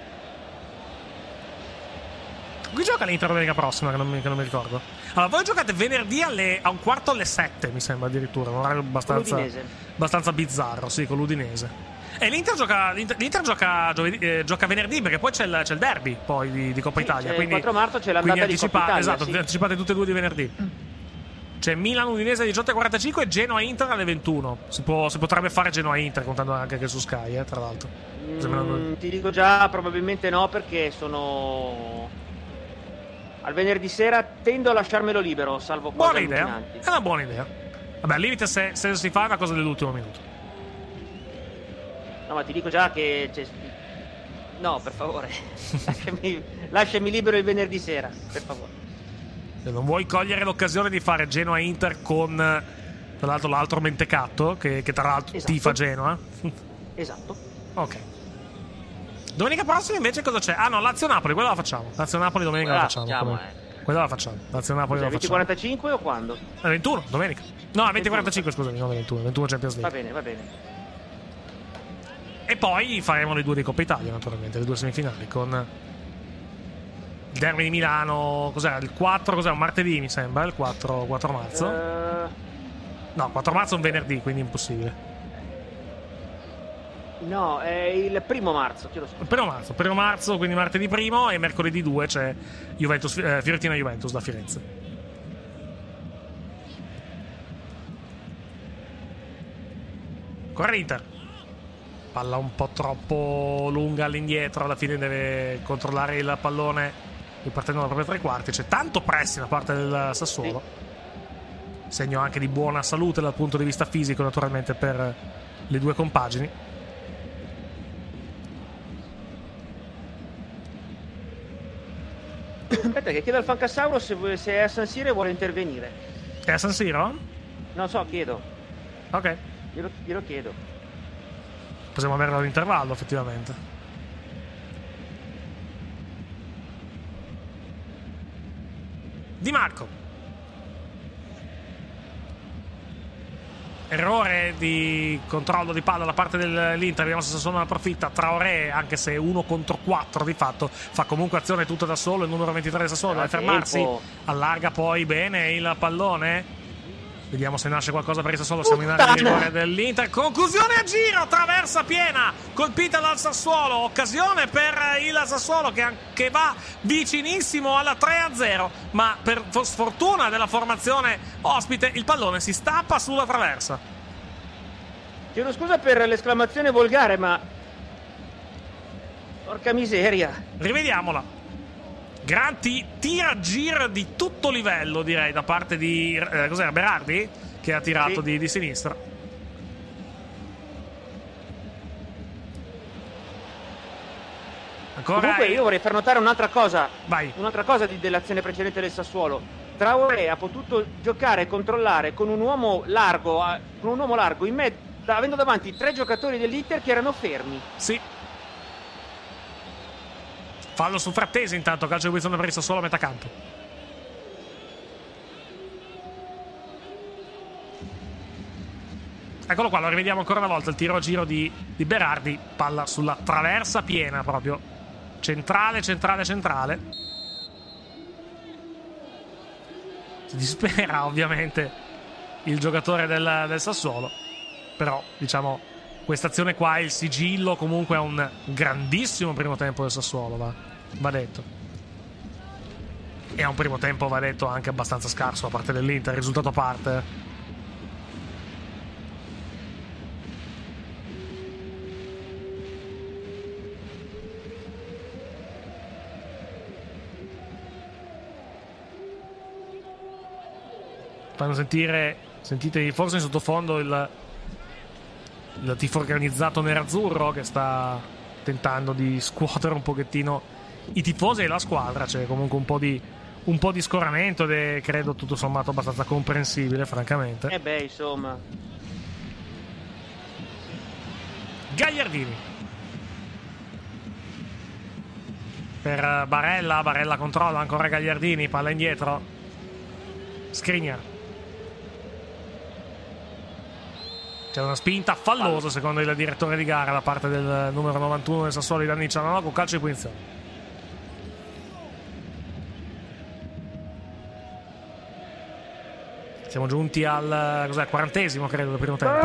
Qui gioca l'Inter domenica prossima, che non mi ricordo. Allora, voi giocate venerdì a un quarto alle 7, mi sembra addirittura. Un orario abbastanza bizzarro, sì, con l'Udinese. E l'Inter gioca venerdì, perché poi c'è il derby poi di Coppa Italia. Quindi il 4 marzo c'è l'andata di Coppa Italia. Esatto, sì. Anticipate tutte e due di venerdì. C'è Milan-Udinese alle 18:45 e Genoa-Inter alle 21. Si potrebbe fare Genoa-Inter, contando anche che su Sky, tra l'altro. Ti dico già, probabilmente no, perché sono... Al venerdì sera tendo a lasciarmelo libero, salvo cose buona idea. È una buona idea. Vabbè, al limite se si fa una cosa dell'ultimo minuto. No, ma ti dico già che no, per favore. lasciami libero il venerdì sera, per favore. Se non vuoi cogliere l'occasione di fare Genoa-Inter con, tra l'altro, l'altro mentecatto che tra l'altro tifa Genoa. Esatto. Ok. Domenica prossima invece cosa c'è? Ah no, Lazio-Napoli, quella la facciamo. Lazio-Napoli domenica la facciamo. Quella la facciamo. Lazio-Napoli la facciamo. 20:45 o quando? 21, domenica. No, 20:45, scusami, non 21 Champions League. Va bene. E poi faremo le due di Coppa Italia, naturalmente, le due semifinali, con il derby di Milano, cos'era? Il 4, cos'è? Un martedì, mi sembra, il 4 marzo. No, 4 marzo è un venerdì, quindi impossibile. No, è il 1 marzo, chiedo scusa. Il 1 marzo, quindi martedì 1, e mercoledì 2 c'è Fiorentina-Juventus da Firenze. Ancora l'Inter. Palla un po' troppo lunga all'indietro, alla fine deve controllare il pallone ripartendo dalla propria tre quarti. C'è tanto pressing da parte del Sassuolo. Segno anche di buona salute dal punto di vista fisico, naturalmente, per le due compagini. Aspetta, che chiedo al Fancasauro se è a San Siro e vuole intervenire. È a San Siro? Non so, chiedo. Ok. Glielo chiedo. Possiamo averlo all'intervallo, effettivamente. Di Marco. Errore di controllo di palla da parte dell'Inter. Vediamo se Sassuolo ne approfitta. Traoré, anche se 1 contro 4 di fatto, fa comunque azione tutta da solo. Il numero 23 del Sassuolo deve fermarsi. Allarga poi bene il pallone. Vediamo se nasce qualcosa per il Sassuolo. Siamo in area di rigore dell'Inter. Conclusione a giro, traversa piena, colpita dal Sassuolo. Occasione per il Sassuolo che va vicinissimo alla 3-0. Ma per sfortuna della formazione ospite, il pallone si stappa sulla traversa. Chiedo scusa per l'esclamazione volgare, ma porca miseria. Rivediamola. Gran tira-giro di tutto livello, direi, da parte di cos'era, Berardi, che ha tirato di sinistra. Ancora. Comunque io vorrei far notare un'altra cosa. Vai. Un'altra cosa dell'azione precedente del Sassuolo. Traoré ha potuto giocare e controllare con un uomo largo in mezzo, avendo davanti 3 giocatori dell'Inter che erano fermi. Sì. Fallo su Frattesi, intanto calcio di punizione per il Sassuolo a metà campo. Eccolo qua, lo rivediamo ancora una volta, il tiro a giro di Berardi, palla sulla traversa piena proprio, centrale. Si dispera ovviamente il giocatore del Sassuolo, però diciamo questa azione qua è il sigillo comunque a un grandissimo primo tempo del Sassuolo, va detto. E a un primo tempo, va detto, anche abbastanza scarso da parte dell'Inter, risultato a parte. Fanno sentite forse in sottofondo il tifo organizzato nerazzurro che sta tentando di scuotere un pochettino i tifosi e la squadra. C'è comunque un po' di scoramento ed è, credo, tutto sommato abbastanza comprensibile, francamente. Insomma. Gagliardini per Barella controlla ancora Gagliardini, palla indietro, Skriniar. C'è una spinta fallosa secondo il direttore di gara da parte del numero 91 del Sassuolo di Danny Cialanoglu, calcio di punizione. Siamo giunti al 40esimo, credo, del primo tempo.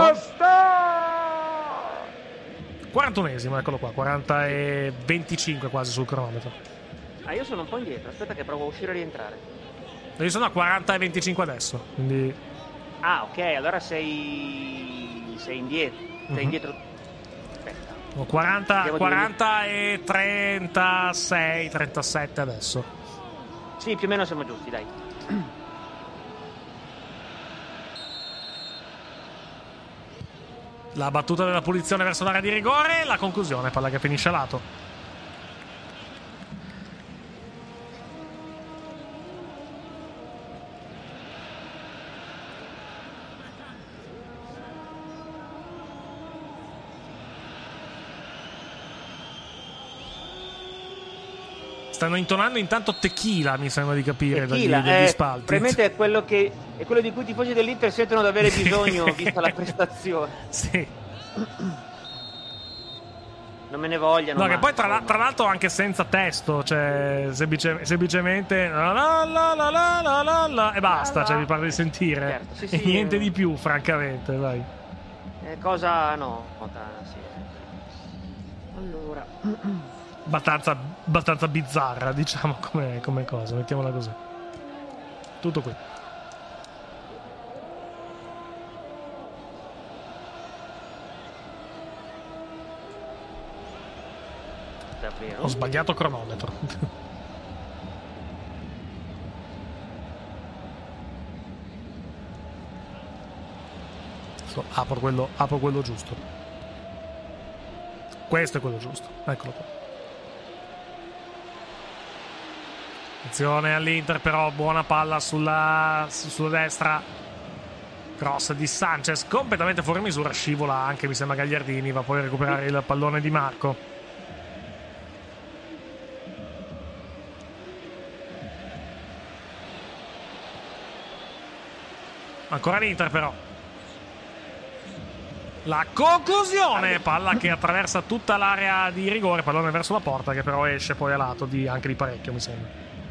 41esimo, eccolo qua, 40 e 25 quasi sul cronometro. Io sono un po' indietro, aspetta che provo a uscire e rientrare. Io sono a 40 e 25 adesso, quindi... ok, allora sei indietro. Sei indietro. Aspetta. 40 e 36, 37 adesso. Sì, più o meno siamo giusti, dai. La battuta della punizione verso l'area di rigore, la conclusione, palla che finisce a lato. Stanno intonando intanto Tequila, mi sembra di capire, dagli spalti. Probabilmente è quello di cui i tifosi dell'Inter sentono di avere bisogno, vista la prestazione. Sì. Non me ne vogliano. No, che poi tra l'altro anche senza testo, cioè semplicemente e basta, cioè mi pare di sentire. Certo, sì, e niente di più, francamente, vai. Cosa nota, sì. Allora... abbastanza bizzarra, diciamo, come cosa, mettiamola così. Tutto qui. davvero. Ho sbagliato cronometro. Apro quello giusto. Questo è quello giusto. Eccolo qua. Attenzione all'Inter, però buona palla sulla destra. Cross di Sanchez completamente fuori misura, scivola anche mi sembra Gagliardini, va poi a recuperare il pallone di Marco. Ancora l'Inter però. La conclusione, palla che attraversa tutta l'area di rigore, pallone verso la porta che però esce poi a lato anche di parecchio mi sembra.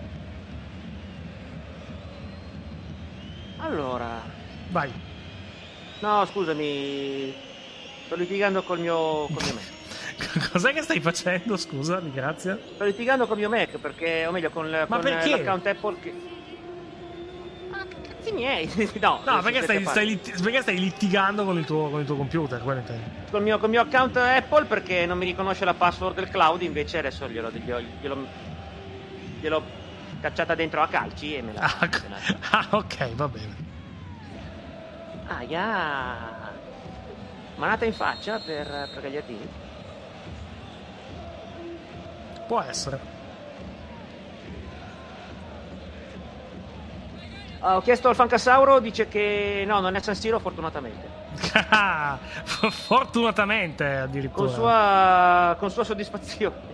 Allora, vai. No, scusami, sto litigando col mio Mac. Cos'è che stai facendo, scusa, di grazia? Sto litigando col mio Mac, perché, o meglio, con l'account Apple che... Cazzi miei! No, perché stai litigando con il tuo computer, quello intendo. Col mio account Apple, perché non mi riconosce la password del cloud, invece adesso gliel'ho cacciata dentro a calci e me la... ok, va bene. Manata in faccia per Gagliardini. Può essere. Ho chiesto al Fancasauro, dice che no, non è San Siro, fortunatamente. Fortunatamente addirittura. Con sua soddisfazione.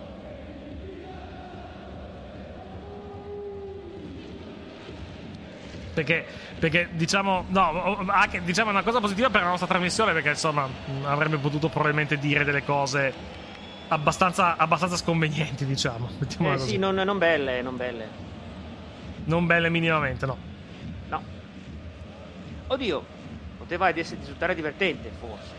Perché diciamo anche diciamo una cosa positiva per la nostra trasmissione, perché insomma avrebbe potuto probabilmente dire delle cose abbastanza sconvenienti, diciamo. Sì, non belle. Non belle minimamente, no. Oddio, poteva risultare divertente, forse.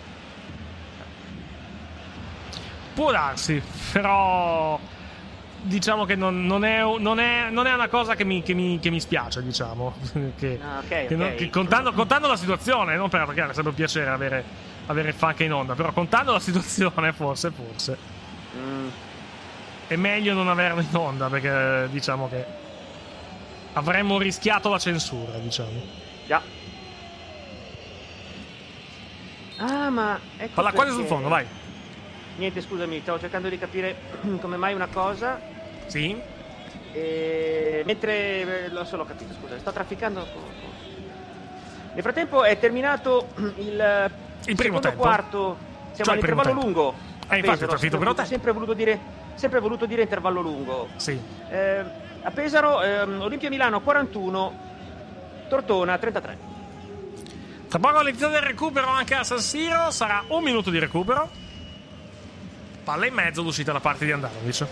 Può darsi, però diciamo che non è una cosa che mi spiace, diciamo. Che contando la situazione, non perché è sempre un piacere avere il Funk in onda, però contando la situazione forse è meglio non averlo in onda, perché diciamo che avremmo rischiato la censura, diciamo. Già. Ma ecco, palla quasi sul fondo, vai. Niente, scusami, stavo cercando di capire come mai una cosa. Sì. Mentre l'ho capito, scusa, sto trafficando. Nel frattempo è terminato il primo tempo. Quarto. Siamo all'intervallo lungo. Infatti, ho trafitto per te. Sempre voluto dire intervallo lungo. Sì. A Pesaro, Olimpia Milano 41, Tortona 33. Tra poco l'inizio del recupero anche a San Siro, sarà un minuto di recupero. Palla in mezzo, l'uscita da parte di Andanovic.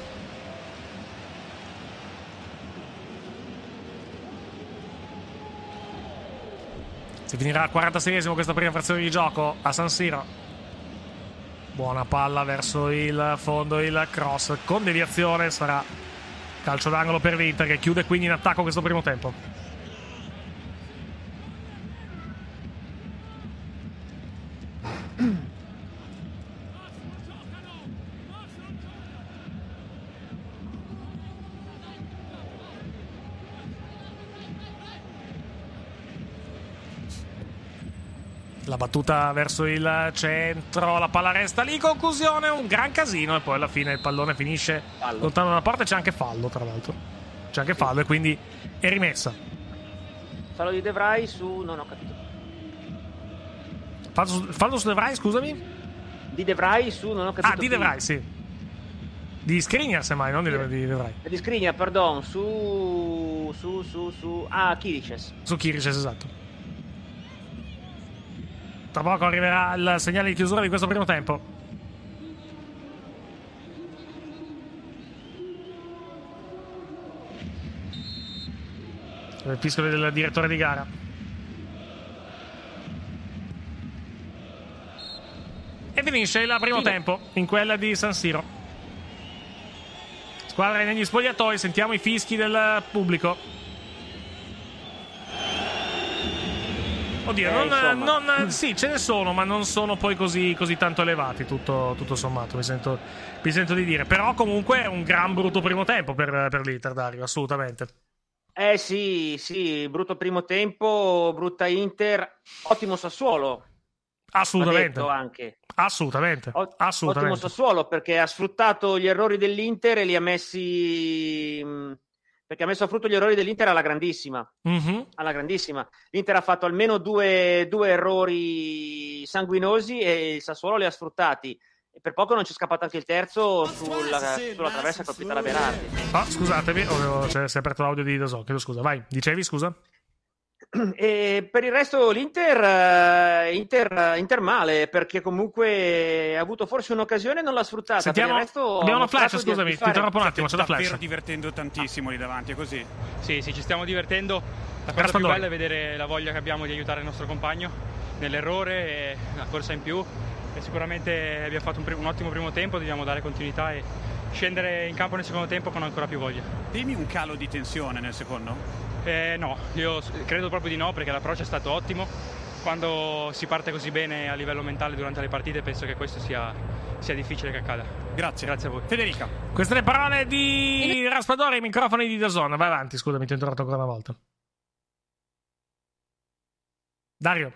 Si finirà al 46esimo questa prima frazione di gioco a San Siro. Buona palla verso il fondo, il cross con deviazione, sarà calcio d'angolo per l'Inter, che chiude quindi in attacco questo primo tempo. La battuta verso il centro, la palla resta lì, conclusione, un gran casino e poi alla fine il pallone finisce lontano dalla porta. C'è anche fallo, tra l'altro. C'è anche fallo e quindi è rimessa. Fallo di De Vrij su... non ho capito. Fallo su De Vrij, scusami? Di De Vrij su... non ho capito. Di De Vrij, sì. Di Skriniar semmai, non di De Vrij. Di Skriniar, pardon, su... Kiriches. Su Kiriches, esatto. Tra poco arriverà il segnale di chiusura di questo primo tempo. Il fischio del direttore di gara. E finisce il primo tempo in quella di San Siro. Squadra negli spogliatoi, sentiamo i fischi del pubblico. Oddio, sì, ce ne sono, ma non sono poi così tanto elevati, tutto sommato, mi sento di dire. Però comunque è un gran brutto primo tempo per l'Inter, Dario, assolutamente. Sì, brutto primo tempo, brutta Inter, ottimo Sassuolo. Assolutamente. Anche. Assolutamente. Ottimo Sassuolo, perché ha sfruttato gli errori dell'Inter e li ha messi... perché ha messo a frutto gli errori dell'Inter alla grandissima. Mm-hmm. Alla grandissima. L'Inter ha fatto almeno due errori sanguinosi e il Sassuolo li ha sfruttati. E per poco non ci è scappato anche il terzo sulla traversa colpita da Berardi. Scusatemi, si è aperto l'audio di DAZN, chiedo scusa. Vai, dicevi, scusa? E per il resto l'Inter male, perché comunque ha avuto forse un'occasione e non l'ha sfruttata. Sentiamo, per il resto abbiamo una flash, scusami, ti interrompo un attimo, c'è la flash. Davvero divertendo tantissimo lì davanti, è così? Sì, ci stiamo divertendo. La cosa più bella è vedere la voglia che abbiamo di aiutare il nostro compagno nell'errore e la corsa in più. E sicuramente abbiamo fatto un ottimo primo tempo, dobbiamo dare continuità e scendere in campo nel secondo tempo con ancora più voglia. Temi un calo di tensione nel secondo? No, io credo proprio di no, perché l'approccio è stato ottimo. Quando si parte così bene a livello mentale durante le partite, penso che questo sia difficile che accada. Grazie a voi. Federica. Queste le parole di Raspadori ai microfoni di DAZN. Vai avanti, scusami, ti ho interrotto ancora una volta. Dario.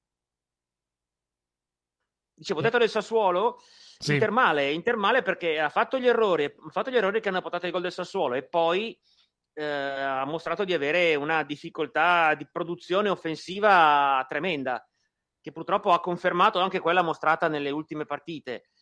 Dicevo, detto del Sassuolo, sì. Inter male perché ha fatto gli errori che hanno portato il gol del Sassuolo e poi ha mostrato di avere una difficoltà di produzione offensiva tremenda, che purtroppo ha confermato anche quella mostrata nelle ultime partite.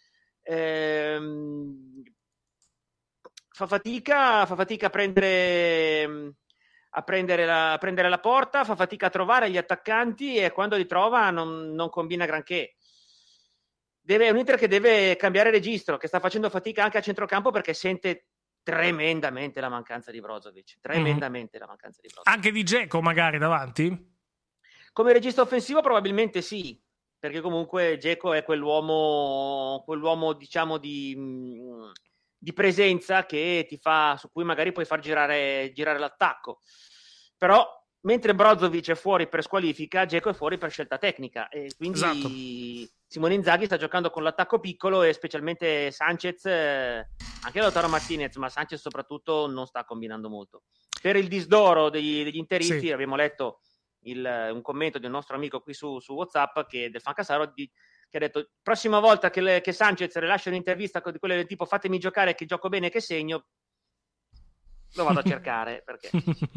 Fa fatica a prendere la porta, fa fatica a trovare gli attaccanti e quando li trova non combina granché. È un Inter che deve cambiare registro, che sta facendo fatica anche a centrocampo perché sente tremendamente la mancanza di Brozovic. La mancanza di Brozovic. Anche di Dzeko magari davanti? Come registro offensivo probabilmente sì, perché comunque Dzeko è quell'uomo diciamo di presenza che ti fa, su cui magari puoi far girare l'attacco. Però mentre Brozovic è fuori per squalifica, Dzeko è fuori per scelta tecnica e quindi esatto. Simone Inzaghi sta giocando con l'attacco piccolo e specialmente Sanchez, anche Lautaro Martinez, ma Sanchez soprattutto non sta combinando molto. Per il disdoro degli interisti sì. Abbiamo letto un commento del nostro amico qui su WhatsApp del Fan Casaro che ha detto: prossima volta che Sanchez rilascia un'intervista di quelle del tipo fatemi giocare che gioco bene che segno, lo vado a cercare perché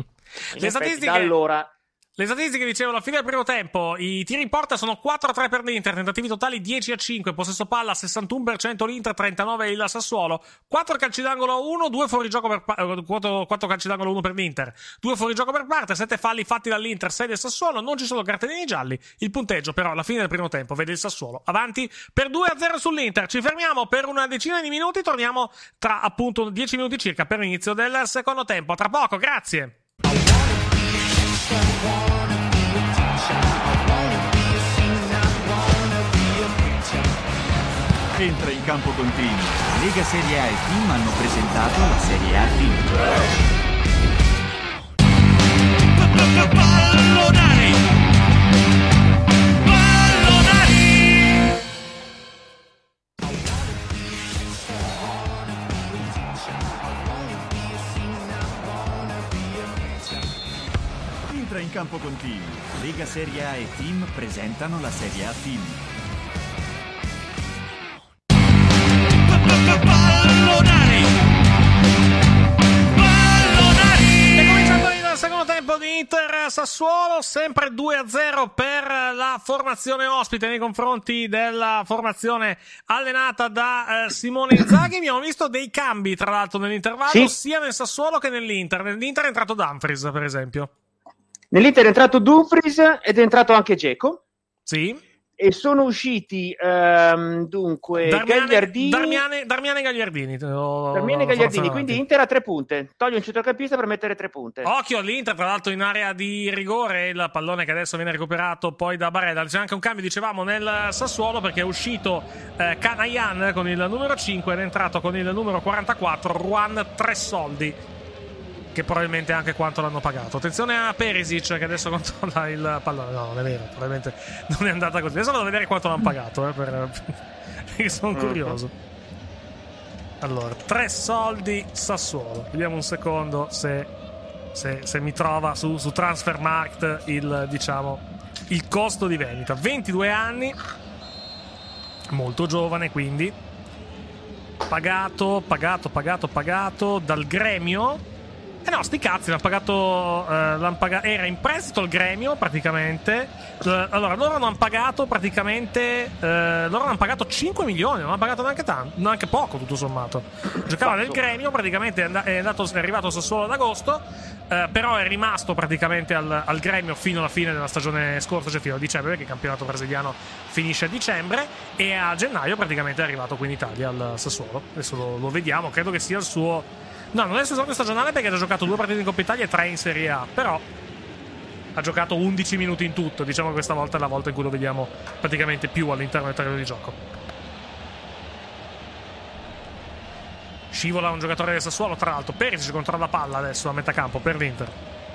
le statistiche dicevano alla fine del primo tempo i tiri in porta sono 4-3 per l'Inter, tentativi totali 10-5, possesso palla 61% l'Inter, 39% il Sassuolo, 4 calci d'angolo 1, 2 fuorigioco 4 calci d'angolo 1 per l'Inter, 2 fuorigioco per parte, 7 falli fatti dall'Inter, 6 del Sassuolo, non ci sono cartellini gialli. Il punteggio però alla fine del primo tempo vede il Sassuolo avanti per 2-0 sull'Inter. Ci fermiamo per una decina di minuti, torniamo tra appunto 10 minuti circa per l'inizio del secondo tempo. Tra poco, grazie. Entra in campo con Team. Lega Serie A e Team hanno presentato la Serie A Team. Entra in campo con Team. Lega Serie A e Team presentano la Serie A Team. E cominciando il secondo tempo di Inter Sassuolo, sempre 2-0 per la formazione ospite nei confronti della formazione allenata da Simone Inzaghi. Abbiamo visto dei cambi tra l'altro nell'intervallo, sia nel Sassuolo che nell'Inter. Nell'Inter è entrato Dumfries, per esempio. Nell'Inter è entrato Dumfries ed è entrato anche Dzeko. Sì. E sono usciti dunque Gagliardini. Darmian e Gagliardini. Quindi Inter a 3 punte. Toglie un centrocampista per mettere 3 punte. Occhio all'Inter, tra l'altro in area di rigore, il pallone che adesso viene recuperato poi da Barella. C'è anche un cambio, dicevamo, nel Sassuolo, perché è uscito Kanayan con il numero 5 ed è entrato con il numero 44 Juan Tressoldi. che probabilmente anche quanto l'hanno pagato. Attenzione a Perisic che adesso controlla il pallone. No, non è vero, probabilmente non è andata così. Adesso vado a vedere quanto l'hanno pagato, perché sono curioso. Allora, 3 soldi Sassuolo. Vediamo un secondo se mi trova su Transfermarkt il costo di vendita. 22 anni, molto giovane, quindi pagato dal Gremio. No, sti cazzi, era in prestito al Gremio praticamente. Allora, loro hanno pagato 5 milioni, non hanno pagato neanche poco, tutto sommato. Giocava nel Gremio, praticamente è arrivato a Sassuolo ad agosto, però è rimasto praticamente al Gremio fino alla fine della stagione scorsa, cioè fino a dicembre, perché il campionato brasiliano finisce a dicembre, e a gennaio praticamente è arrivato qui in Italia al Sassuolo. Adesso lo vediamo, credo che sia il suo... No, non è il suo esordio stagionale, perché ha già giocato 2 partite in Coppa Italia e 3 in Serie A, però ha giocato 11 minuti in tutto. Diciamo che questa volta è la volta in cui lo vediamo praticamente più all'interno del terreno di gioco. Scivola un giocatore del Sassuolo, tra l'altro. Perisic controlla la palla adesso a metà campo per l'Inter.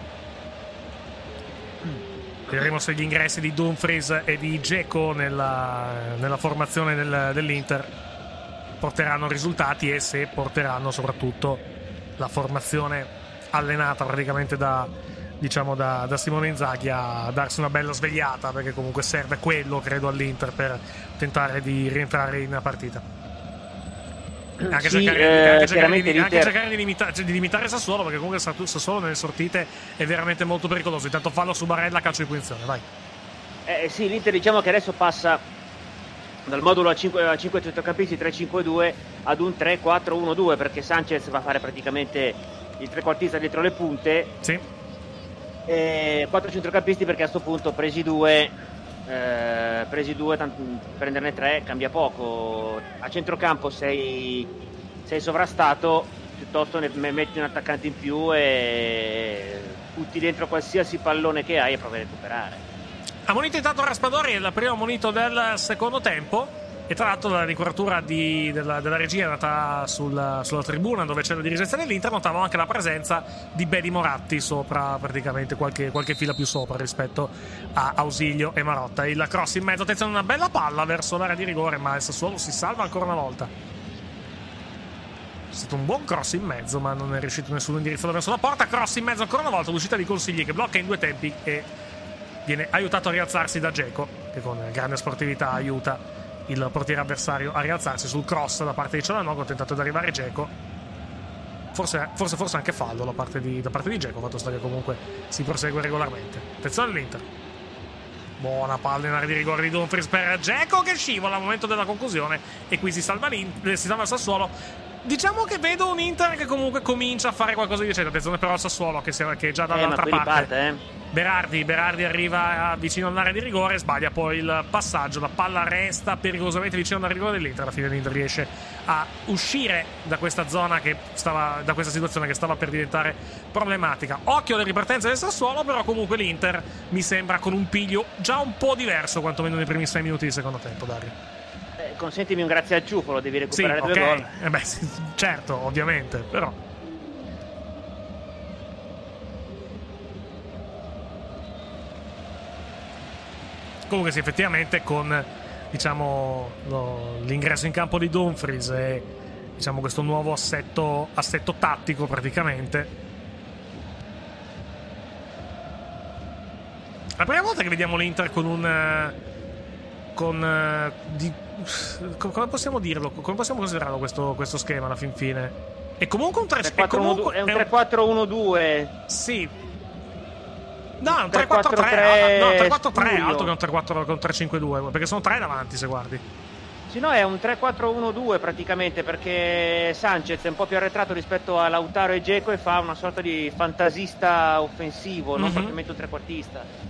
Vedremo se gli ingressi di Dumfries e di Dzeko nella formazione dell'Inter porteranno risultati, e se porteranno soprattutto la formazione allenata praticamente da Simone Inzaghi a darsi una bella svegliata, perché comunque serve quello, credo, all'Inter per tentare di rientrare in partita. Anche cercare di limitare Sassuolo, perché comunque Sassuolo nelle sortite è veramente molto pericoloso. Intanto fallo su Barella, calcio di punizione, vai. Sì, l'Inter diciamo che adesso passa dal modulo a 5 centrocampisti 3-5-2 ad un 3-4-1-2, perché Sanchez va a fare praticamente il trequartista dietro le punte. Sì. 4 centrocampisti, perché a sto punto presi due, prenderne 3 cambia poco. A centrocampo sei sovrastato, piuttosto ne metti un attaccante in più e butti dentro qualsiasi pallone che hai e provi a recuperare. Ha munito intanto Raspadori, è il primo munito del secondo tempo, e tra l'altro la ricopertura della regia è andata sulla tribuna dove c'è la dirigenza dell'Inter. Notavo anche la presenza di Bedi Moratti sopra, praticamente qualche fila più sopra rispetto a Ausilio e Marotta. Il cross in mezzo, attenzione, una bella palla verso l'area di rigore, ma il Sassuolo si salva ancora una volta. È stato un buon cross in mezzo, ma non è riuscito nessun indirizzo verso la porta. Cross in mezzo ancora una volta, l'uscita di Consigli che blocca in 2 tempi e viene aiutato a rialzarsi da Dzeko, che con grande sportività aiuta il portiere avversario a rialzarsi. Sul cross da parte di Cialanoglu ha tentato di arrivare Dzeko, forse anche fallo da parte di Dzeko, fatto sta che comunque si prosegue regolarmente. Attenzione all'Inter, buona palla in area di rigore di Dumfries per Dzeko, che scivola al momento della conclusione, e qui si salva il Sassuolo. Diciamo che vedo un Inter che comunque comincia a fare qualcosa di decente. Attenzione però al Sassuolo che è già dall'altra parte. Berardi arriva vicino all'area di rigore, sbaglia poi il passaggio, la palla resta pericolosamente vicino all'area di rigore dell'Inter. Alla fine l'Inter riesce a uscire da questa zona da questa situazione che stava per diventare problematica. Occhio alle ripartenze del Sassuolo, però comunque l'Inter mi sembra con un piglio già un po' diverso, quantomeno nei primi 6 minuti di secondo tempo. Dario, consentimi un grazie al ciuffolo, devi recuperare 2 gol. Certo, ovviamente, però comunque sì, effettivamente con l'ingresso in campo di Dumfries e questo nuovo assetto tattico praticamente, la prima volta che vediamo l'Inter come possiamo dirlo? Come possiamo considerarlo questo schema alla fin fine? È comunque un 3-4-1-2. Sì. No, è un 3-4-3. No, 3-4-3, altro che un 3-5-2, perché sono 3 davanti, se guardi. Sì, no, è un 3-4-1-2 praticamente, perché Sanchez è un po' più arretrato rispetto a Lautaro e Dzeko e fa una sorta di fantasista offensivo, non propriamente un trequartista.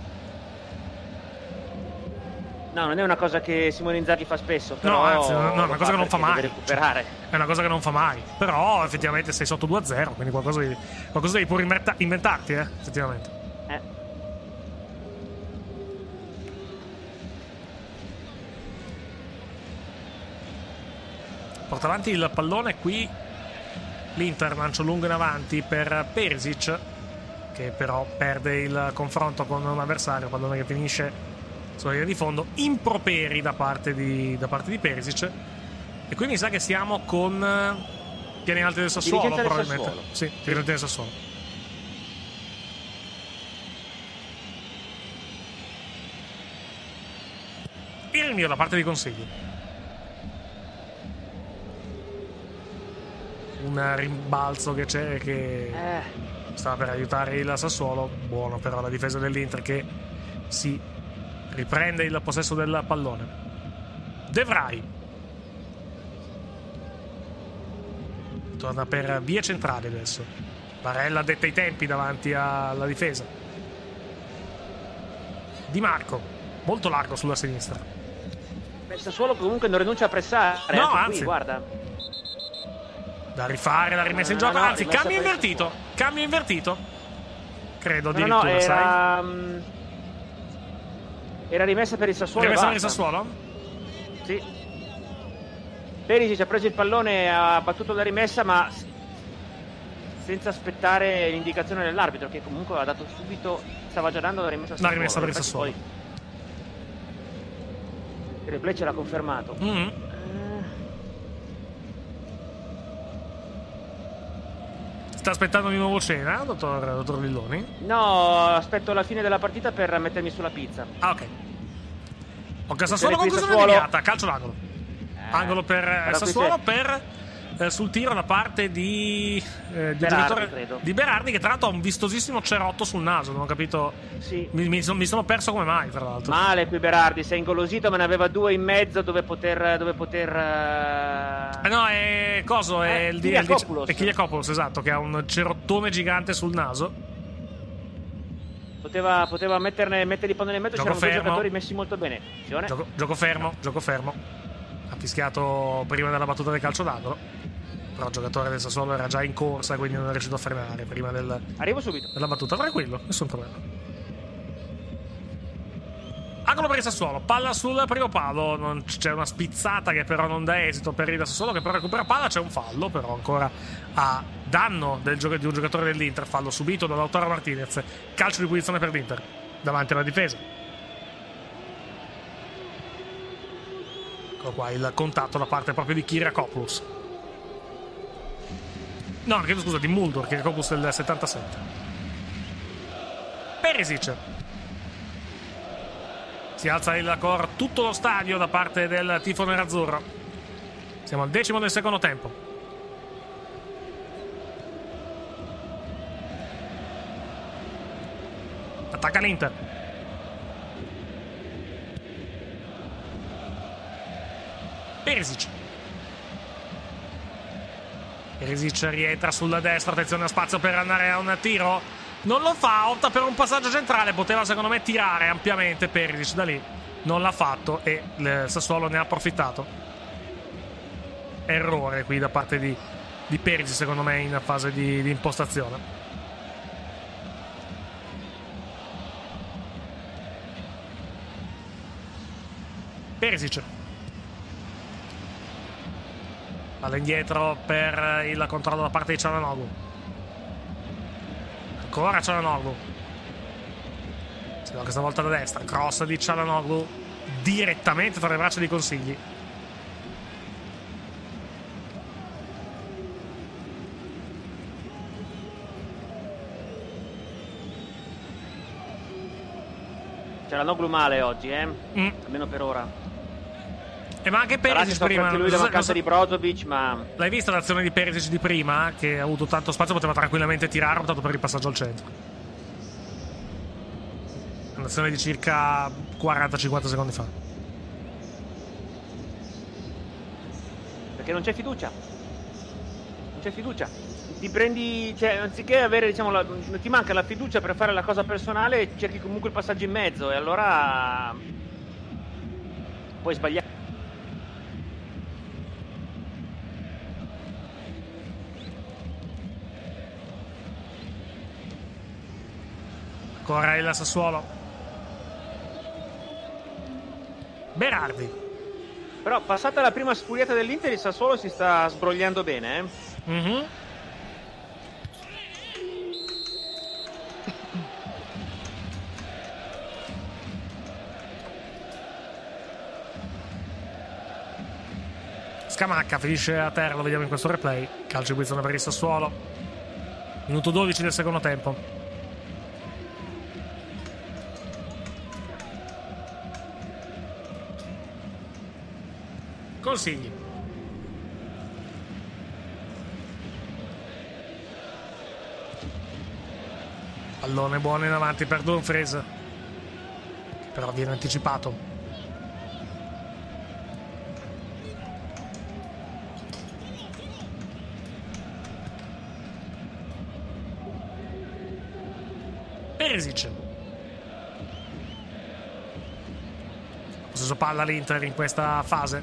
No, non è una cosa che Simone Inzaghi fa spesso, però no, anzi, no, è una cosa che non fa mai. Recuperare. È una cosa che non fa mai. Però effettivamente sei sotto 2-0, quindi qualcosa devi pure inventarti, effettivamente. Porta avanti il pallone qui L'Inter, lancio lungo in avanti per Perisic, che però perde il confronto con un avversario, pallone che finisce sulla linea di fondo. Improperi da parte di Perisic, e qui mi sa che siamo con piani alti del Sassuolo, probabilmente. Sassuolo. Sì, dirigente del Sassuolo. Il rinvio da parte di Consigli. Un rimbalzo che c'è, che stava per aiutare il Sassuolo. Buono però la difesa dell'Inter, che si riprende il possesso del pallone. De Vrij torna per vie centrali adesso. Barella detta i tempi davanti alla difesa. Di Marco, molto largo sulla sinistra. Il Sassuolo comunque non rinuncia a pressare. No, anzi, qui, guarda. Da rifare, la rimessa in gioco. Anzi, cambio invertito. Cambio invertito. Credo addirittura, sai? Era rimessa per il Sassuolo. Rimessa per il Sassuolo? Sì. Perisic ha preso il pallone, ha battuto la rimessa, ma senza aspettare l'indicazione dell'arbitro, che comunque ha dato subito, stava già dando la rimessa al Sassuolo. La rimessa per il Sassuolo. Il replay ce l'ha confermato. Sta aspettando di nuovo cena, dottor Villoni? No, aspetto la fine della partita per mettermi sulla pizza. Ah, ok. Ok, Sassuolo, conclusione immediata, calcio d'angolo. Angolo per Sassuolo, sul tiro da parte di Berardi, che tra l'altro ha un vistosissimo cerotto sul naso. Non ho capito. Sì. Mi sono perso come mai, tra l'altro. Male qui Berardi, si è ingolosito, ma ne aveva 2 in mezzo dove poter no, è coso, è il Kyriakopoulos, esatto, che ha un cerottone gigante sul naso. Poteva mettergli pallone in mezzo. C'erano 2 giocatori messi molto bene. Gioco fermo. Ha fischiato prima della battuta del calcio d'angolo, però il giocatore del Sassuolo era già in corsa, quindi non è riuscito a frenare prima arrivo subito della battuta. Tranquillo, nessun problema. Angolo per il Sassuolo, palla sul primo palo, c'è una spizzata che però non dà esito per il Sassuolo, che però recupera palla. C'è un fallo però ancora a danno di un giocatore dell'Inter, fallo subito da Lautaro Martinez. Calcio di punizione per l'Inter davanti alla difesa. Qua il contatto da parte proprio di Kyriakopoulos. No, chiedo scusa, di Mulder. Kyriakopoulos del 77. Perisic. Si alza il cor tutto lo stadio da parte del tifo nerazzurro. Siamo al 10° del secondo tempo. Attacca l'Inter. Perisic rientra sulla destra, attenzione a spazio per andare a un tiro, non lo fa, opta per un passaggio centrale, poteva secondo me tirare ampiamente Perisic da lì, non l'ha fatto e il Sassuolo ne ha approfittato. Errore qui da parte di Perisic secondo me in fase di impostazione. Perisic. Palla indietro per il controllo da parte di Çalhanoğlu. Ancora Çalhanoğlu. Si va questa volta da destra. Cross di Çalhanoğlu direttamente tra le braccia di Consigli. Çalhanoğlu male oggi, almeno per ora. Ma anche Perisic prima, lui la mancanza di Brozovic, ma l'hai vista l'azione di Perisic di prima, che ha avuto tanto spazio, poteva tranquillamente tirare, ha optato per il passaggio al centro. Un'azione di circa 40-50 secondi fa. Perché non c'è fiducia. Ti prendi, cioè, anziché avere, diciamo, ti manca la fiducia per fare la cosa personale, cerchi comunque il passaggio in mezzo e allora puoi sbagliare. Ancora il Sassuolo. Berardi. Però passata la prima sfuriata dell'Inter, il Sassuolo si sta sbrogliando bene, Scamacca finisce a terra, lo vediamo in questo replay. Calcio di punizione per il Sassuolo. Minuto 12 del secondo tempo. Consigli. Pallone buono in avanti per Dumfries, però viene anticipato. Perisic. Possesso palla l'Inter in questa fase,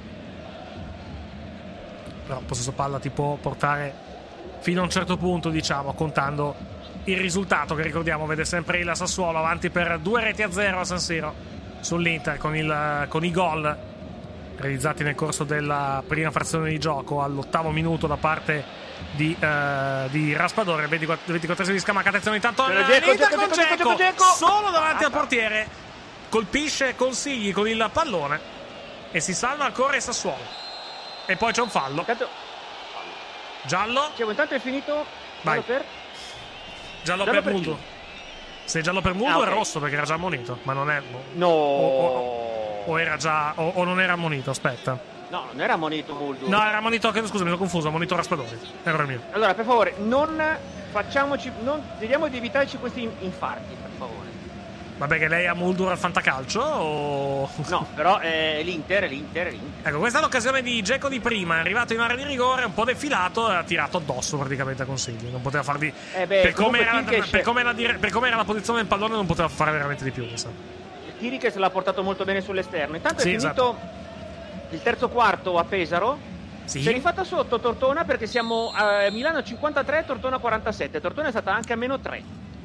però possesso palla ti può portare fino a un certo punto, diciamo, contando il risultato che, ricordiamo, vede sempre il Sassuolo avanti per 2-0 a San Siro sull'Inter, con i gol realizzati nel corso della prima frazione di gioco all'8° minuto da parte di Raspadore. 24 di Scamacca. Attenzione, intanto l'Inter con Dzeko solo davanti al portiere, colpisce Consigli con il pallone e si salva ancora il Sassuolo. E poi c'è un fallo. Giallo. Intanto è finito. Vai. Giallo per Muldo. Se è giallo per Muldo è rosso, perché era già ammonito. Ma non è. No. O era già. O non era ammonito, aspetta. No, non era ammonito Muldo. No, era ammonito. Scusa, mi sono confuso. Ammonito Raspadori. Errore mio. Allora, per favore, vediamo di evitarci questi infarti, per favore. Vabbè, che lei ha Muldur al fantacalcio o... No, però l'Inter. Ecco, questa è l'occasione di Dzeko di prima. È arrivato in area di rigore, un po' defilato e ha tirato addosso praticamente a Consigli. Non poteva far di... per come era la posizione del pallone non poteva fare veramente di più, mi sa. Tiri che se l'ha portato molto bene sull'esterno. Intanto è finito il terzo quarto a Pesaro. Sì. Si è rifatta sotto Tortona, perché siamo a Milano 53, Tortona 47. Tortona è stata anche a -3.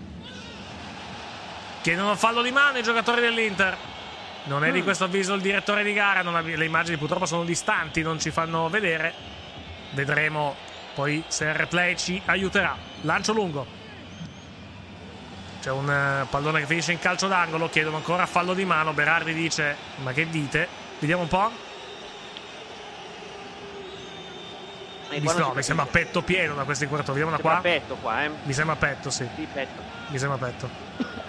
Chiedono fallo di mano i giocatori dell'Inter. Non è di questo avviso il direttore di gara. Le immagini purtroppo sono distanti, non ci fanno vedere. Vedremo poi se il replay ci aiuterà. Lancio lungo. C'è un pallone che finisce in calcio d'angolo. Chiedono ancora fallo di mano. Berardi dice: ma che dite? Vediamo un po'. Mi sembra petto pieno da questo inquadrato. Vediamo da qua. Petto qua, Mi sembra petto, sì. Sì, petto. Mi sembra petto.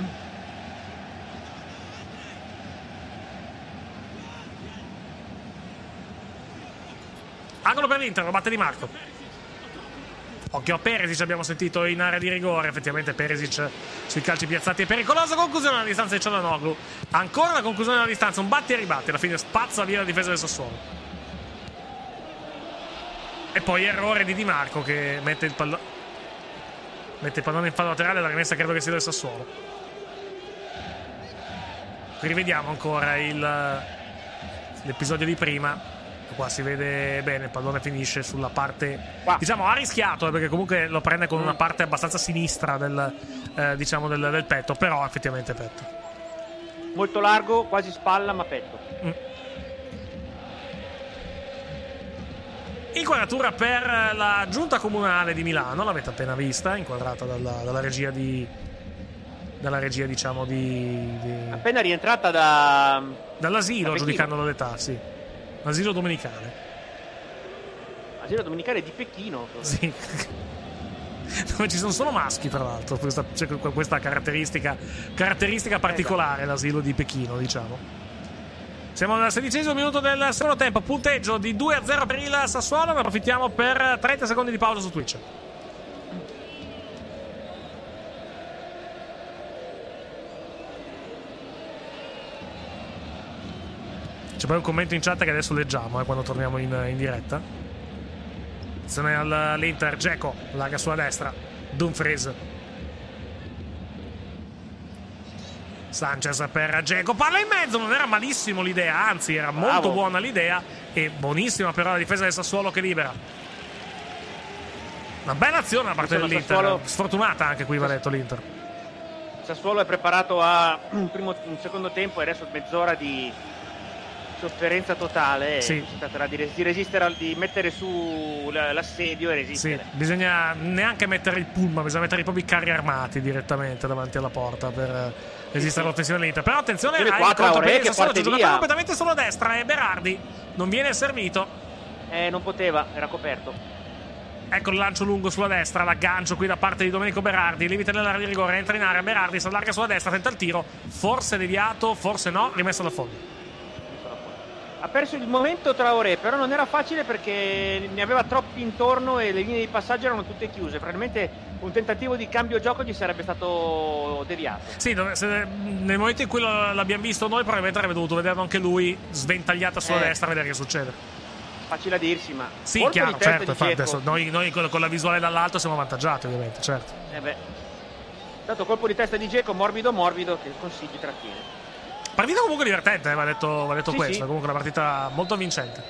Angolo per l'Inter, lo batte Di Marco. Occhio a Perisic, abbiamo sentito in area di rigore. Effettivamente Perisic sui calci piazzati è pericoloso. Conclusione alla distanza di Cialanoglu. Ancora la conclusione alla distanza, un batti e ribatti. Alla fine spazza via la difesa del Sassuolo. E poi errore di Di Marco, che mette il pallone in fallo laterale. La rimessa credo che sia del Sassuolo. Rivediamo ancora l'episodio di prima. Qua si vede bene, il pallone finisce sulla parte, diciamo, ha rischiato, perché comunque lo prende con una parte abbastanza sinistra del petto, però effettivamente petto. Molto largo, quasi spalla, ma petto. Inquadratura per la giunta comunale di Milano, l'avete appena vista, inquadrata dalla regia diciamo appena rientrata dall'asilo, giudicando l'età, sì. Asilo domenicale. Asilo domenicale di Pechino. Sì. Dove ci sono solo maschi, tra l'altro. C'è questa caratteristica particolare, l'asilo di Pechino, diciamo. Siamo al 16° minuto del secondo tempo. Punteggio di 2-0 per il Sassuolo. Ne approfittiamo per 30 secondi di pausa su Twitch. C'è poi un commento in chat che adesso leggiamo quando torniamo in diretta. Attenzione all'Inter. Dzeko larga sulla destra. Dumfries. Sanchez per Dzeko. Palla in mezzo. Non era malissimo l'idea, anzi era molto buona l'idea. E buonissima però la difesa del Sassuolo che libera. Una bella azione da parte dell'Inter. Sassuolo... Sfortunata anche qui, va detto, l'Inter. Sassuolo è preparato a un secondo tempo e adesso mezz'ora di sofferenza totale. Sì. Si tratterà di resistere, di mettere su l'assedio e resistere. Sì, bisogna neanche mettere il pullman, bisogna mettere i propri carri armati direttamente davanti alla porta per resistere all'offensiva dell'Inter. Però attenzione, hai il contropiede che Sassuolo, c'è un giocatore completamente solo a destra, e Berardi non viene servito. Non poteva, era coperto. Ecco il lancio lungo sulla destra, l'aggancio qui da parte di Domenico Berardi, limite nell'area di rigore, entra in area, Berardi si allarga sulla destra, tenta il tiro, forse deviato, forse no, rimesso da fondo. Ha perso il momento Traoré, però non era facile perché ne aveva troppi intorno e le linee di passaggio erano tutte chiuse. Probabilmente un tentativo di cambio gioco gli sarebbe stato deviato. Sì, nel momento in cui l'abbiamo visto noi probabilmente avrebbe dovuto vederlo anche lui sventagliata sulla destra a vedere che succede. Facile a dirsi, ma sì, chiaro, certo, adesso noi con la visuale dall'alto siamo avvantaggiati, ovviamente, certo. Tanto colpo di testa di Dzeko, morbido che Consigli trattiene. Partita comunque divertente, va detto sì, questo, sì. Comunque una partita molto vincente.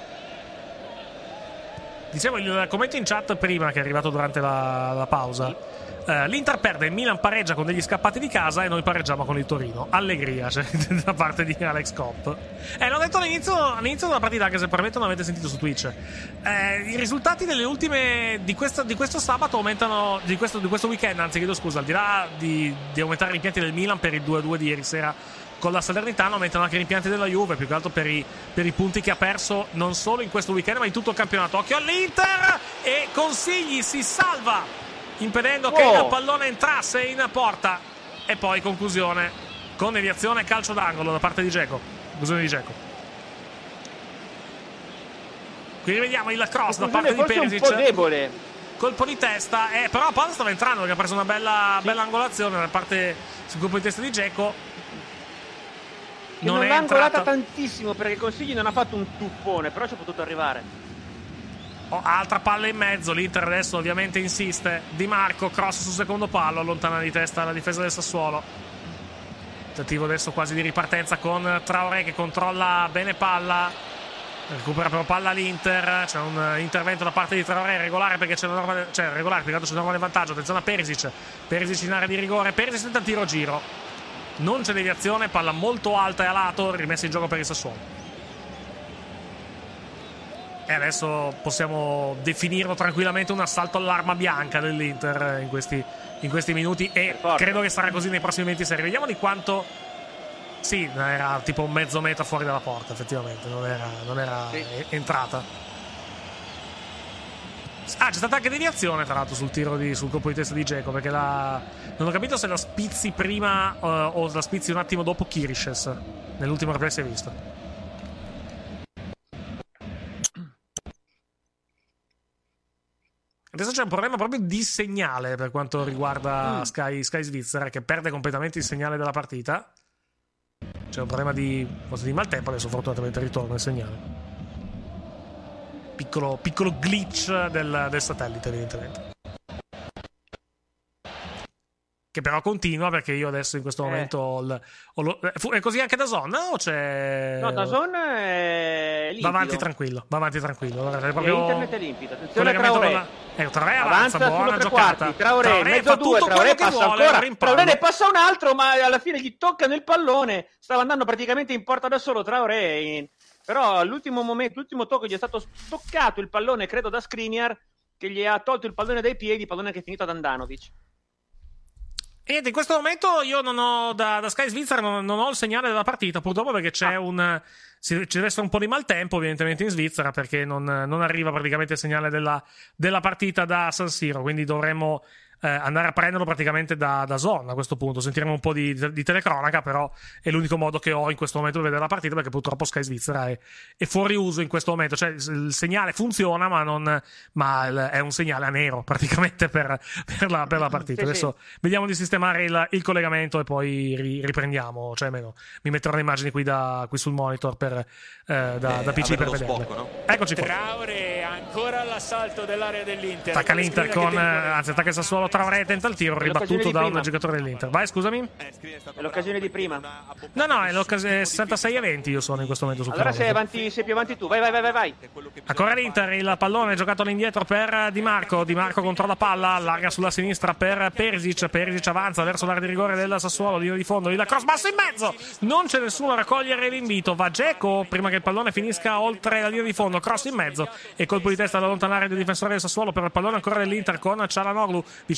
Dicevo il commento in chat prima che è arrivato durante la pausa. L'Inter perde, il Milan pareggia con degli scappati di casa e noi pareggiamo con il Torino. Allegria, cioè, da parte di Alex Kopp. L'ho detto all'inizio della partita, anche se probabilmente non avete sentito su Twitch. I risultati delle ultime di questo sabato aumentano, di questo weekend, anzi chiedo scusa, al di là di aumentare i rimpianti del Milan per il 2-2 di ieri sera con la Salernitana, aumentano anche i rimpianti della Juve, più che altro per i punti che ha perso non solo in questo weekend ma in tutto il campionato. Occhio all'Inter, e Consigli si salva impedendo che il pallone entrasse in porta, e poi conclusione con deviazione, calcio d'angolo da parte di Dzeko. Conclusione di Dzeko. Qui rivediamo il cross da parte di Perisic, un po' debole, colpo di testa, però la palla stava entrando perché ha preso una bella angolazione da parte sul colpo di testa di Dzeko. Non l'ha angolata tantissimo perché Consigli non ha fatto un tuffone, però ci è potuto arrivare. Altra palla in mezzo, l'Inter adesso ovviamente insiste. Di Marco, cross sul secondo palo, allontana di testa la difesa del Sassuolo. Tentativo adesso quasi di ripartenza con Traoré che controlla bene palla, recupera però palla l'Inter. C'è un intervento da parte di Traoré regolare perché c'è una norma, regolare perché c'è una norma di vantaggio. Attenzione a Perisic in area di rigore, Perisic tenta il tiro giro, non c'è deviazione, palla molto alta e a lato, rimessa in gioco per il Sassuolo. E adesso possiamo definirlo tranquillamente un assalto all'arma bianca dell'Inter in questi minuti, e credo che sarà così nei prossimi 26. Vediamo di quanto. Sì, era tipo un mezzo metro fuori dalla porta, effettivamente, non era entrata. C'è stata anche deviazione tra l'altro sul colpo di testa di Dzeko, perché non ho capito se la spizzi prima o la spizzi un attimo dopo Kirishes nell'ultimo replay si è visto. Adesso c'è un problema proprio di segnale per quanto riguarda Sky Svizzera, che perde completamente il segnale della partita. C'è un problema di maltempo, adesso fortunatamente ritorna il segnale. Piccolo glitch del satellite, evidentemente. Che però continua, perché io adesso in questo momento è così anche da Zon, o c'è? No, da Zon è limpido. Va avanti tranquillo. È proprio internet è limpido. Attenzione a Traoré. Traoré avanza, buona giocata. Traoré mezzo a due, Traoré passa ancora. Traoré ne passa un altro, ma alla fine gli toccano il pallone. Stava andando praticamente in porta da solo Traoré. Però all'ultimo momento, l'ultimo tocco, gli è stato toccato il pallone, credo da Skriniar, che gli ha tolto il pallone dai piedi, pallone che è finito ad Andanovic. E in questo momento io non ho da Sky Svizzera non ho il segnale della partita, purtroppo, perché c'è ci deve essere un po' di maltempo evidentemente in Svizzera, perché non arriva praticamente il segnale della partita da San Siro, quindi dovremmo andare a prenderlo praticamente da Zon a questo punto. Sentiremo un po' di telecronaca, però è l'unico modo che ho in questo momento di vedere la partita, perché purtroppo Sky Svizzera è fuori uso in questo momento. Cioè il segnale funziona, ma è un segnale a nero praticamente per la partita. Adesso vediamo di sistemare il collegamento e poi riprendiamo, cioè almeno mi metterò le immagini qui sul monitor da PC per vederle. No? Eccoci qua. Traoré ancora all'assalto dell'area dell'Inter. Attacca l'Inter attacca il Sassuolo. Traoré tenta il tiro, ribattuto da un giocatore dell'Inter. Vai, scusami. È l'occasione di prima. No, è l'occasione 66-20. Io sono in questo momento sul allora sei più avanti tu. Vai. Ancora l'Inter, il pallone giocato all'indietro per Di Marco. Di Marco controlla palla, allarga sulla sinistra per Perisic. Perisic avanza verso l'area di rigore del Sassuolo, linea di fondo, il cross basso in mezzo. Non c'è nessuno a raccogliere l'invito. Va Dzeko prima che il pallone finisca oltre la linea di fondo, cross in mezzo e colpo di testa ad allontanare il difensore del Sassuolo per il pallone ancora dell'Inter con Çalhanoğlu vicino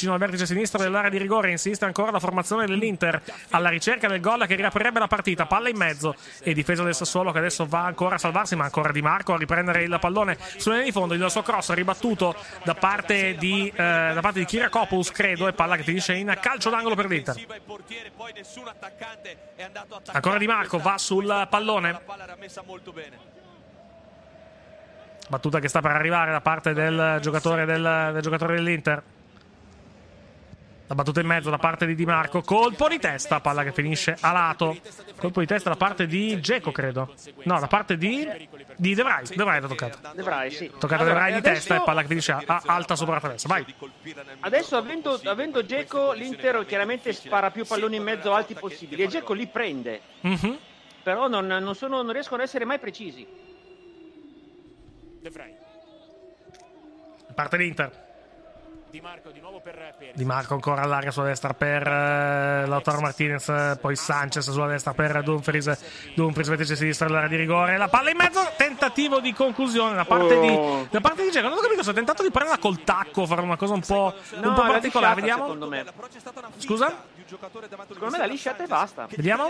vicino al vertice sinistro dell'area di rigore. Insiste ancora la formazione dell'Inter alla ricerca del gol che riaprirebbe la partita. Palla in mezzo e difesa del Sassuolo che adesso va ancora a salvarsi, ma ancora Di Marco a riprendere il pallone sulla linea di fondo. Il suo cross ribattuto da parte di Kyriakopoulos, credo, e palla che finisce in calcio d'angolo per l'Inter. Ancora Di Marco va sul pallone. Battuta che sta per arrivare da parte del giocatore dell'Inter. La battuta in mezzo da parte di Di Marco. Colpo di testa, palla che finisce a lato. Colpo di testa da parte di Dzeko, credo. No, da parte di De Vrij. De Vrij l'ha toccato. De Vrij, sì. Toccato De Vrij di testa e palla che finisce alta sopra la traversa. Vai. Adesso avendo Dzeko, l'Inter chiaramente spara più palloni in mezzo alti possibili e Dzeko li prende. Però non riescono ad essere mai precisi. De Vrij. Parte l'Inter. Di Marco di nuovo per Perez. Di Marco ancora all'area sulla destra per Lautaro Martinez, poi Sanchez sulla destra per Dumfries vertice sinistro dell'area di rigore, la palla in mezzo, tentativo di conclusione da parte di Dzeko. Non ho capito se ha tentato di prenderla col tacco, fare una cosa un po' particolare. Vediamo. Secondo me. Scusa? Secondo me la lisciata e basta. Vediamo.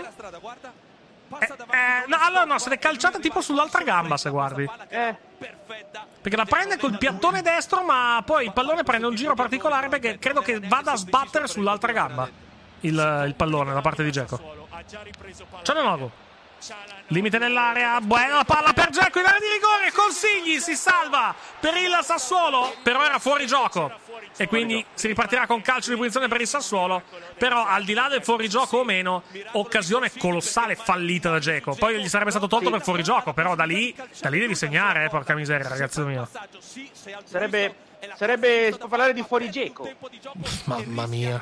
No, se l'è calciata tipo sull'altra gamba, se guardi. Perché la prende col piattone destro, ma poi il pallone prende un giro particolare perché credo che vada a sbattere sull'altra gamba il pallone da parte di Dzeko. Çalhanoğlu. Limite nell'area, buona la palla per Dzeko in area di rigore, Consigli si salva per il Sassuolo, però era fuori gioco e quindi si ripartirà con calcio di punizione per il Sassuolo. Però al di là del fuorigioco o meno, occasione colossale fallita da Dzeko. Poi gli sarebbe stato tolto per fuorigioco, però da lì devi segnare, porca miseria, ragazzi mio. Sarebbe si può parlare di fuori Dzeko. Mamma mia.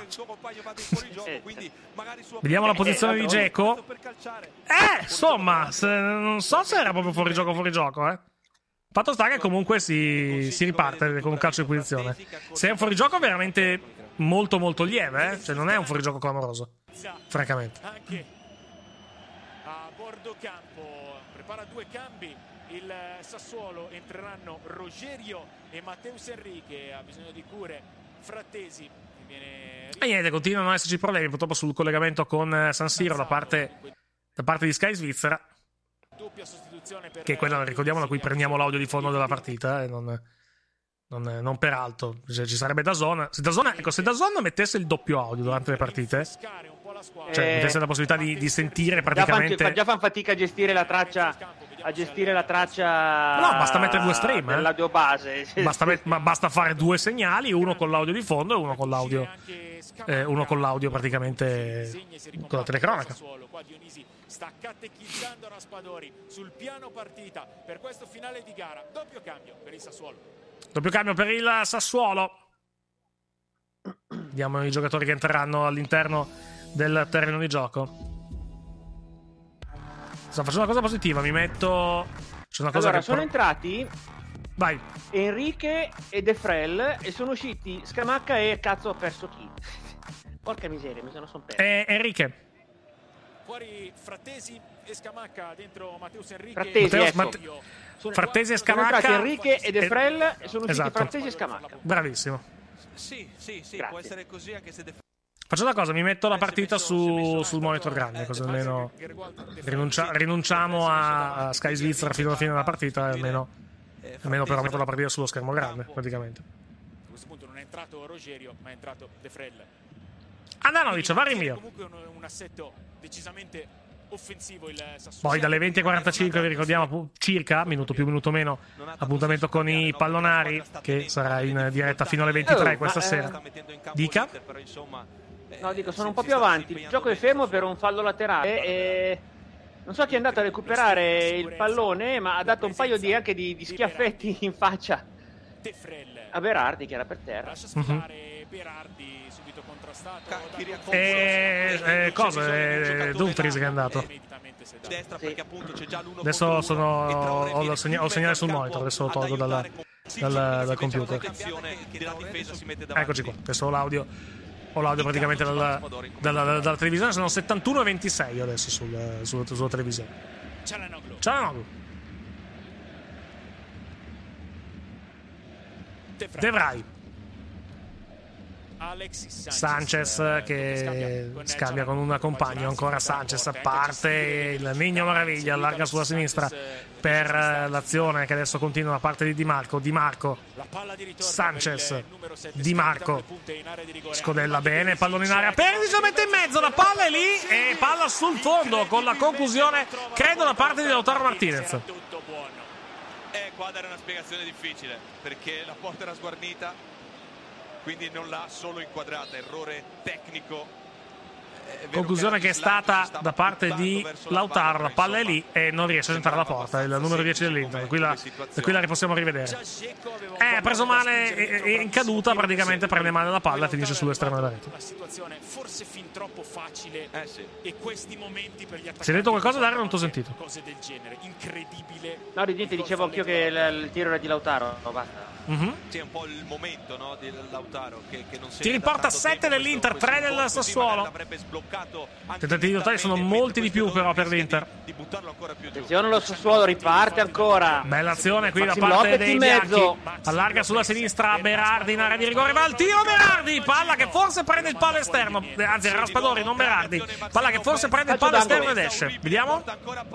Vediamo la posizione di Dzeko. Insomma, non so se era proprio fuorigioco, Fatto sta che comunque si riparte con un calcio di punizione. Se è un fuorigioco veramente molto molto lieve, cioè non è un fuorigioco clamoroso, francamente. Anche a bordo campo prepara due cambi il Sassuolo, entreranno Rogerio e Mateus Enrique, ha bisogno di cure. Frattesi e niente, continuano ad esserci problemi purtroppo sul collegamento con San Siro da parte di Sky Svizzera, che è quella, ricordiamo, da cui prendiamo l'audio di fondo della partita, e non per altro. Cioè, ci sarebbe DAZN. Se DAZN mettesse il doppio audio durante le partite, cioè mettesse la possibilità di sentire praticamente. Già fanno fatica a gestire la traccia. No, basta mettere due stream. Dell'audio base. Basta fare due segnali, uno con l'audio di fondo e uno con l'audio praticamente con la telecronaca. Sta catechizzando Raspadori sul piano partita per questo finale di gara. Doppio cambio per il Sassuolo. Vediamo i giocatori che entreranno all'interno del terreno di gioco. Faccio una cosa positiva, mi metto. Sono entrati. Vai. Enrique e De Frel e sono usciti Scamacca e cazzo ho perso chi? Porca miseria, mi sono perso. Enrique. Fuori Frattesi e Scamacca, dentro Mateus Enrique. Frattesi e Scamacca. Sono entrati Enrique e De Frel e sono usciti Frattesi e Scamacca. Bravissimo. Sì, può essere così anche se Faccio una cosa, mi metto la partita sul monitor grande, così almeno rinunciamo a Sky Svizzera fino alla fine della partita, e almeno però metto la partita sullo schermo grande, praticamente. A questo punto non è entrato Rogerio, ma è entrato De Frel. Andanovic, va rinvio. Comunque un assetto decisamente offensivo il Sassuolo. Poi dalle 20:45 vi ricordiamo circa, minuto più minuto meno, appuntamento con i pallonari, che sarà in diretta fino alle 23 questa sera. Dica? No, dico, sono un po' più avanti. Il gioco è fermo per un fallo laterale e non so chi è andato a recuperare il pallone, ma ha dato un paio anche di schiaffetti in faccia a Berardi, che era per terra. Berardi subito contrastato. Dumfries che è andato. Adesso ho segnale sul monitor, adesso lo tolgo dal computer. Eccoci qua, adesso ho l'audio praticamente dalla televisione. Sono 71:26 adesso sulla televisione. Çalhanoğlu. De Vrij. Sanchez che scambia con un compagno. Ancora Sanchez, parte il Nino Maraviglia, allarga sulla sinistra per l'azione che adesso continua da parte di Di Marco. Di Marco, Sanchez, Di Marco, scodella bene, pallone in area, Perisic la mette in mezzo, la palla è lì e palla sul fondo con la conclusione, credo, da parte di Lautaro Martinez. Qua dare una spiegazione difficile, perché la porta era sguarnita, quindi non l'ha solo inquadrata, errore tecnico. Conclusione che è stata da parte di Lautaro, la palla è lì e non riesce a centrare la porta, il numero 10 dell'Inter, qui la possiamo rivedere. Ha preso male, è in caduta praticamente, prende male la palla e finisce sull'estremo della rete. La situazione forse fin troppo facile, e questi momenti per gli attaccanti. Si è detto qualcosa, Dario? Non ti ho sentito. Cose del genere, incredibile. No, di niente, dicevo anch'io che il tiro era di Lautaro, basta. C'è un po' il momento, no, di Lautaro che non si Ti riporta 7 dell'Inter, 3 del Sassuolo. Tentativi totali sono molti di più però per l'Inter. Attenzione, lo Sassuolo riparte ancora. Bella azione qui da parte dei bianchi. Allarga sulla sinistra Berardi in area di rigore, va al tiro Berardi, palla che forse prende il palo esterno, anzi era Raspadori, non Berardi, palla che forse prende il palo esterno ed esce. Vediamo.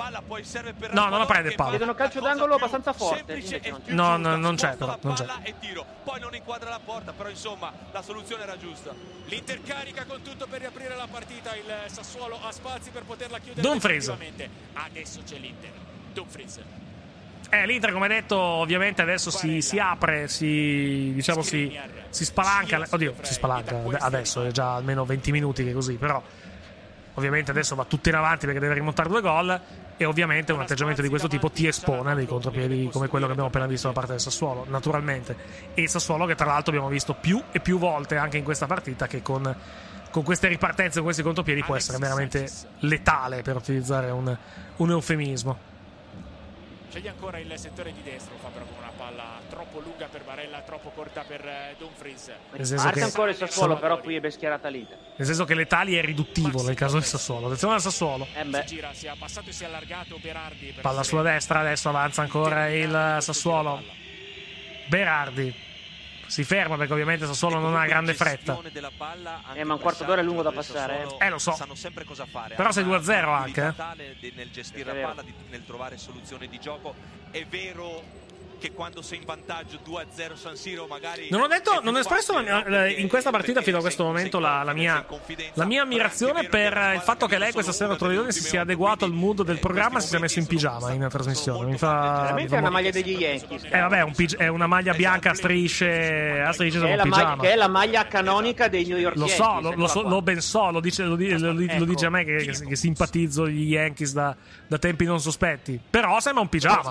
No, non la prende il palo. Vedono calcio d'angolo abbastanza forte. No, non c'è però, non c'è. E tiro, poi non inquadra la porta, però insomma la soluzione era giusta. L'Inter carica con tutto per riaprire la partita, il Sassuolo ha spazi per poterla chiudere. Dumfries. Adesso c'è l'Inter. Dumfries. L'Inter, come detto, ovviamente adesso si apre, si spalanca. Oddio, si spalanca adesso, è già almeno 20 minuti che è così, però ovviamente adesso va tutto in avanti perché deve rimontare 2 gol. E ovviamente un atteggiamento di questo tipo ti espone a dei contropiedi come quello che abbiamo appena visto da parte del Sassuolo, naturalmente. E il Sassuolo che tra l'altro abbiamo visto più e più volte anche in questa partita, che con queste ripartenze, con questi contropiedi può essere veramente letale, per utilizzare un eufemismo. Sceglie ancora il settore di destra, lo fa però con una palla troppo lunga per Barella, troppo corta per Dumfries. Parte ancora il Sassuolo, però qui è beschierata l'Inter. Nel senso che letali è riduttivo nel caso del Sassuolo. Attenzione al Sassuolo. Si gira, si è abbassato e si è allargato Berardi. Palla sulla destra, adesso avanza ancora il Sassuolo. Berardi si ferma perché ovviamente Sassuolo non ha grande fretta. Ma un quarto d'ora è lungo da passare. Lo so. Sanno sempre cosa fare. Però sei 2-0 anche. Nel gestire la palla, nel trovare soluzioni di gioco. È vero che quando sei in vantaggio 2-0 San Siro magari non ho espresso in questa partita fino a questo momento la mia ammirazione per il fatto che lei questa sera Torrioni si sia adeguato al mood del programma, si sia messo in pigiama in trasmissione. Veramente è una maglia degli Yankees. Vabbè, è una maglia bianca a strisce sono un pigiama. Che è la maglia canonica dei New York Yankees. Lo ben so, lo dice a me che simpatizzo gli Yankees da tempi non sospetti. Però sembra un pigiama.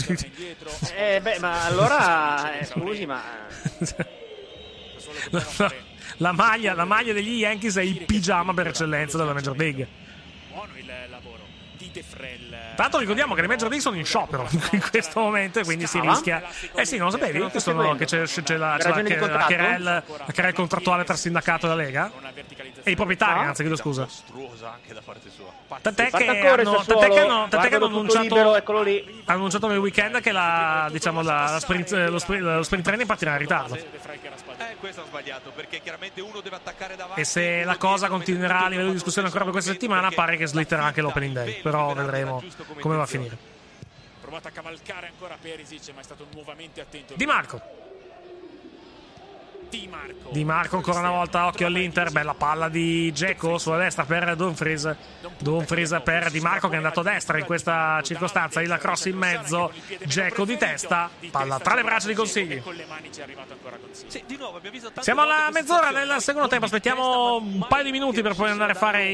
Ma allora scusi, ma la maglia degli Yankees è il pigiama per eccellenza della Major League. Buono il lavoro di De Frel. Tra l'altro ricordiamo che le Major League sono in sciopero in questo momento, quindi si rischia. Sì, non lo sapevi? Che c'è la querela contrattuale tra sindacato e la Lega? E i proprietari, anzi, chiedo scusa. Tant'è che hanno annunciato nel weekend che lo sprint training partirà in ritardo. Questo ha sbagliato, perché chiaramente uno deve attaccare davanti. E se la cosa continuerà a livello di discussione ancora per questa settimana, pare che slitterà anche l'opening day. Però vedremo come va a finire. Provato a cavalcare ancora Perisic, ma è stato nuovamente attento. Di Marco ancora una volta, occhio all'Inter, bella palla di Dzeko sulla destra per Dumfries per Di Marco che è andato a destra in questa circostanza, il cross in mezzo, Dzeko di testa, palla tra le braccia di Consigli. Siamo alla mezz'ora del secondo tempo, aspettiamo un paio di minuti per poi andare a fare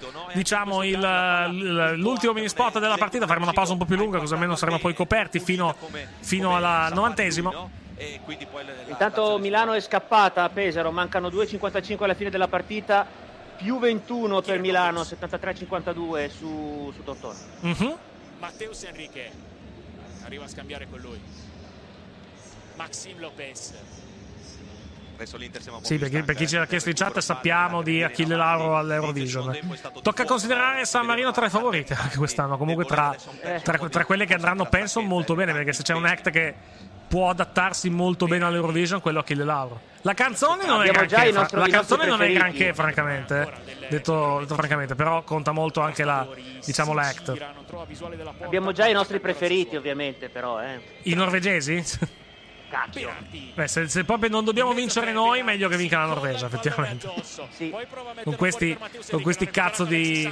l'ultimo mini spot della partita, faremo una pausa un po' più lunga così almeno saremo poi coperti fino al 90°. Intanto Milano è scappata a Pesaro, mancano 2,55 alla fine della partita, più 21 per Milano, 73-52 su Tortona. Mateus Enrique arriva a scambiare con lui. Maxim Lopez. Adesso l'Inter siamo sì, per chi ce l'ha chiesto in chat, sappiamo di Achille Lauro all'Eurovision. Tocca considerare San Marino tra i favoriti anche quest'anno, comunque tra quelle che andranno penso molto bene, perché se c'è un act che può adattarsi molto bene all'Eurovision, quello Achille Lauro. La canzone non è granché, francamente, detto francamente, però conta molto anche diciamo l'act. Abbiamo già i nostri preferiti, ovviamente, però I norvegesi? Cacchio. Beh, se proprio non dobbiamo vincere noi, meglio che vinca la Norvegia, effettivamente. Sì. Con questi cazzo di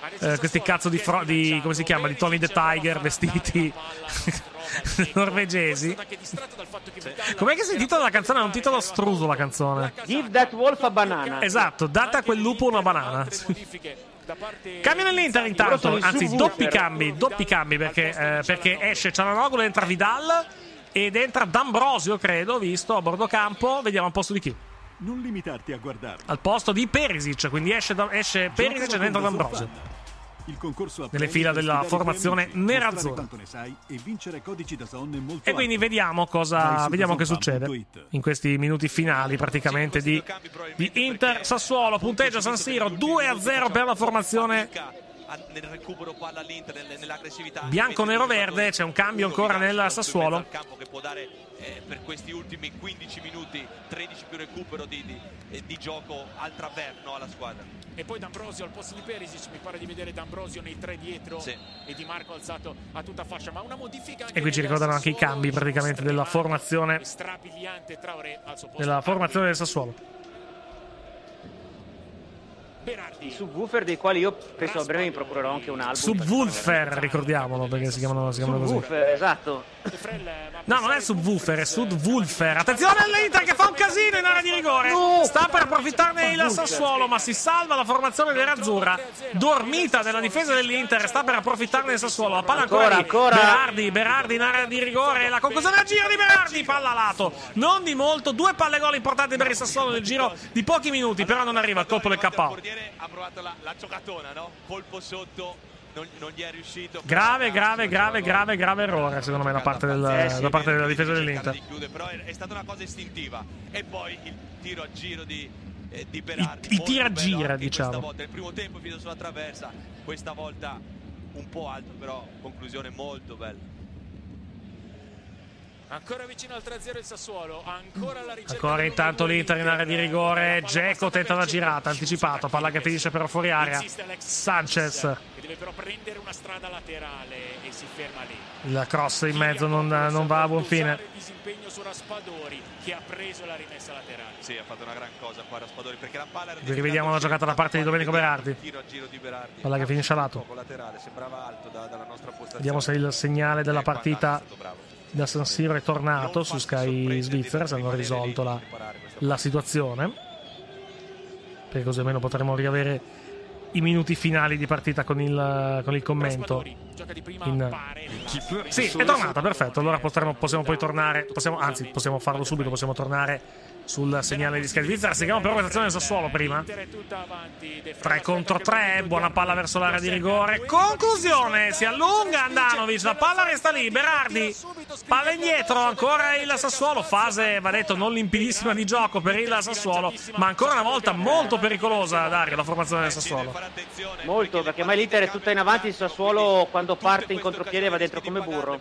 come si chiama, di Tony the Tiger vestiti norvegesi. Com'è che si intitola la canzone? È un titolo struso la canzone. Give that wolf a banana. Esatto, date a quel lupo una banana. Cambio nell'Inter intanto, anzi doppi cambi perché esce Çalhanoğlu, entra Vidal ed entra D'Ambrosio, credo, visto a bordo campo. Vediamo al posto di chi. Non limitarti a guardarlo. Al posto di Perisic, quindi esce Perisic ed entra D'Ambrosio nelle fila della formazione nerazzurra. E quindi vediamo che succede in questi minuti finali praticamente di Inter Sassuolo. Punteggio San Siro 2-0 per la formazione nel recupero palla all'Inter, nell'aggressività bianco-nero-verde. C'è un cambio ancora nel Sassuolo, campo che può dare per questi ultimi 15 minuti 13 più recupero di gioco al traverno alla squadra. E poi D'Ambrosio al posto di Perisic, mi pare di vedere D'Ambrosio nei tre dietro, sì. E Di Marco alzato a tutta fascia, ma una modifica anche. E qui ci ricordano anche i cambi praticamente della formazione del Sassuolo. I subwoofer, dei quali io penso a breve mi procurerò anche un album. Subwoofer, ricordiamolo, perché si chiamano così. Esatto. No, non è subwoofer, è subwoofer. Attenzione all'Inter che fa un casino in area di rigore. Sta per approfittarne il Sassuolo, ma si salva la formazione nerazzurra. Dormita della difesa dell'Inter, sta per approfittarne il Sassuolo. La palla ancora di Berardi in area di rigore. La conclusione al giro di Berardi, palla a lato. Non di molto, 2 palle gol importanti per il Sassuolo nel giro di pochi minuti, però non arriva il colpo del KO. Ha provato la giocatona, no? Colpo sotto, non gli è riuscito. Grave errore, secondo me, da parte della difesa dell'Inter. Però è stata una cosa istintiva. E poi il tiro a giro di Berardi. I tira a gira, diciamo. Questa volta, il primo tempo finito sulla traversa, questa volta un po' alto, però conclusione molto bella. Ancora vicino al 3-0 il Sassuolo, ancora intanto l'Inter in area di rigore. Dzeko tenta la girata, anticipato, palla che finisce però fuori area. Sanchez che deve però prendere una strada laterale e si ferma lì. Il cross in mezzo non va a buon fine. Il disimpegno su Raspadori che ha preso la rimessa laterale. Sì, ha fatto una gran cosa qua Raspadori, perché la palla era. Rivediamo la giocata da parte di Domenico Berardi. Tiro a giro di Berardi. Palla che finisce a lato. Sembrava alto dalla nostra postazione. Vediamo se il segnale della partita da San Siro è tornato su Sky Svizzera, se hanno risolto la situazione, perché così almeno potremo riavere i minuti finali di partita con il commento. Sì, è tornata, perfetto. Allora possiamo poi tornare, possiamo farlo subito, possiamo tornare sul segnale di Sky Svizzera. Seguiamo però questa azione del Sassuolo prima. 3 contro 3, buona palla verso l'area di rigore. Conclusione, si allunga Andanovic, la palla resta lì. Berardi, palla indietro, ancora il Sassuolo. Fase, va detto, non limpidissima di gioco per il Sassuolo, ma ancora una volta molto pericolosa, Dario, la formazione del Sassuolo. Molto, perché mai l'Inter è tutta in avanti, il Sassuolo quando parte in contropiede va dentro come burro.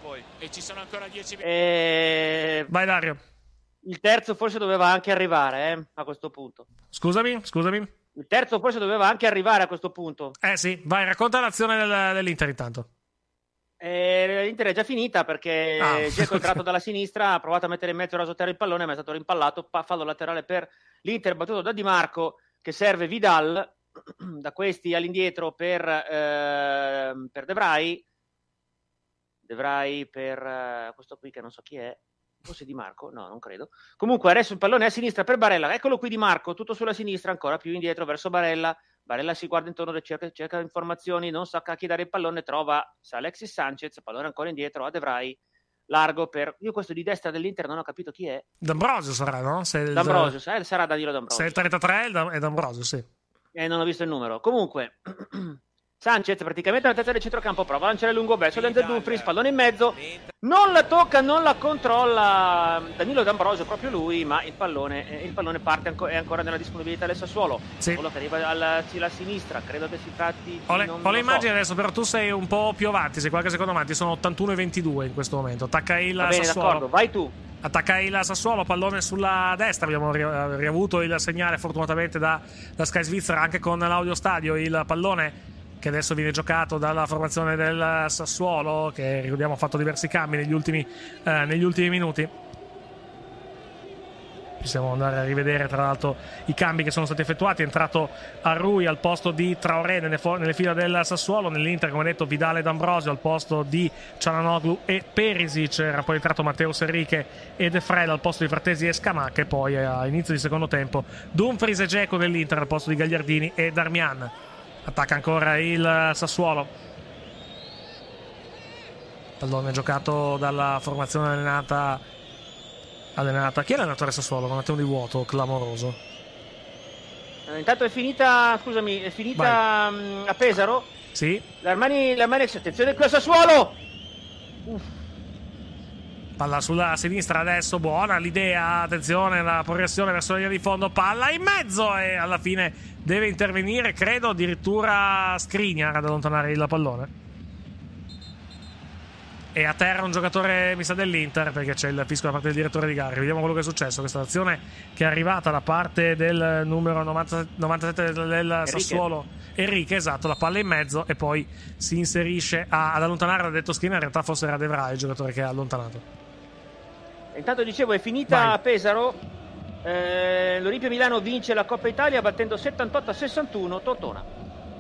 Vai Dario. Il terzo forse doveva anche arrivare, a questo punto. Scusami. Il terzo forse doveva anche arrivare a questo punto. Sì, vai, racconta l'azione dell'Inter intanto. L'Inter è già finita perché Dzeko è entrato dalla sinistra, ha provato a mettere in mezzo e rasoterra il pallone, ma è stato rimpallato. Fallo laterale per l'Inter, battuto da Di Marco, che serve Vidal. Da questi all'indietro per De Vrij. De Vrij per questo qui che non so chi è. Forse Di Marco? No, non credo. Comunque adesso il pallone è a sinistra per Barella. Eccolo qui Di Marco, tutto sulla sinistra, ancora più indietro verso Barella. Barella si guarda intorno, cerca informazioni, non sa a chi dare il pallone, trova Alexis Sanchez, pallone ancora indietro a De Vrij. Largo per... Io questo di destra dell'Inter non ho capito chi è. D'Ambrosio sarà, no? D'Ambrosio, sarà Danilo D'Ambrosio. Se è il 33 è D'Ambrosio, sì. Non ho visto il numero. Comunque, Sanchez praticamente alla testa del centrocampo, prova a lanciare lungo verso Denzel Dumfries, pallone in mezzo, non la tocca, non la controlla Danilo D'Ambrosio, proprio lui, ma il pallone parte è ancora nella disponibilità del Sassuolo. Quello che arriva alla sinistra, credo che si tratti ho le immagini adesso, però tu sei un po' più avanti, sei qualche secondo avanti, sono 81-22 in questo momento. Attacca il Va bene, Sassuolo. d'accordo, vai tu. Attacca il Sassuolo, pallone sulla destra, abbiamo riavuto il segnale fortunatamente da Sky Svizzera anche con l'audio stadio, il pallone che adesso viene giocato dalla formazione del Sassuolo, che ricordiamo ha fatto diversi cambi negli ultimi minuti. Possiamo andare a rivedere tra l'altro i cambi che sono stati effettuati. È entrato Arrui al posto di Traoré nelle fila del Sassuolo. Nell'Inter, come detto, Vidal e D'Ambrosio al posto di Çalhanoğlu e Perisic. Era poi entrato Matteo Enrique e De Frel al posto di Frattesi e Scamacca. E poi a inizio di secondo tempo Dumfries e Dzeko nell'Inter al posto di Gagliardini e Darmian. Attacca ancora il Sassuolo. Pallone giocato dalla formazione allenata. Chi è l'allenatore Sassuolo? Con un attimo di vuoto clamoroso. Intanto è finita a Pesaro. Sì. L'Armani, attenzione qui a Sassuolo. Palla sulla sinistra adesso, buona l'idea, attenzione, la progressione verso la linea di fondo, palla in mezzo e alla fine deve intervenire, credo addirittura Skriniar ad allontanare il pallone. E a terra un giocatore, mi sa, dell'Inter, perché c'è il fischio da parte del direttore di gara. Vediamo quello che è successo. Questa azione che è arrivata da parte del numero 97 del Sassuolo, Enrique, esatto, la palla in mezzo e poi si inserisce ad allontanare, ha detto Skriniar, in realtà forse era De Vrij il giocatore che ha allontanato. Intanto dicevo, è finita a Pesaro. L'Olimpia Milano vince la Coppa Italia battendo 78-61 Tortona.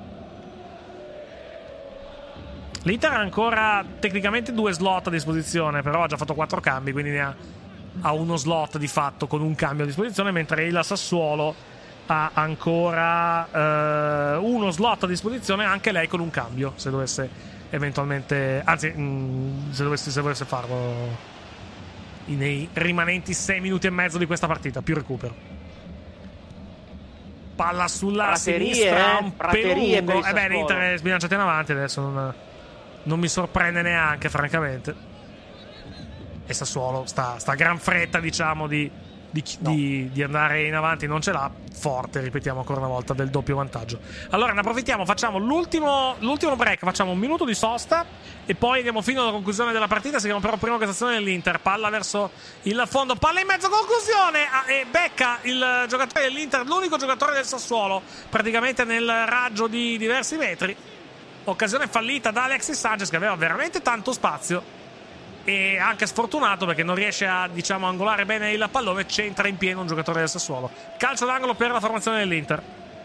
L'Inter ha ancora tecnicamente 2 slot a disposizione, però ha già fatto 4 cambi, quindi ne ha uno slot di fatto con un cambio a disposizione, mentre il Sassuolo ha ancora uno slot a disposizione, anche lei con un cambio, se dovesse eventualmente, anzi se volesse farlo nei rimanenti 6 minuti e mezzo di questa partita, più recupero. Palla sulla sinistra, un pelo lungo. L'Inter è sbilanciato in avanti adesso, non mi sorprende neanche, francamente. E Sassuolo sta gran fretta, diciamo, di andare in avanti, non ce l'ha. Forte, ripetiamo ancora una volta, del doppio vantaggio. Allora ne approfittiamo, facciamo l'ultimo break, facciamo un minuto di sosta e poi andiamo fino alla conclusione della partita. Seguiamo però prima questa dell'Inter, palla verso il fondo, palla in mezzo, conclusione, e becca il giocatore dell'Inter, l'unico giocatore del Sassuolo praticamente nel raggio di diversi metri. Occasione fallita da Alexis Sanchez, che aveva veramente tanto spazio e anche sfortunato perché non riesce a, diciamo, angolare bene il pallone. C'entra in pieno un giocatore del Sassuolo. Calcio d'angolo per la formazione dell'Inter.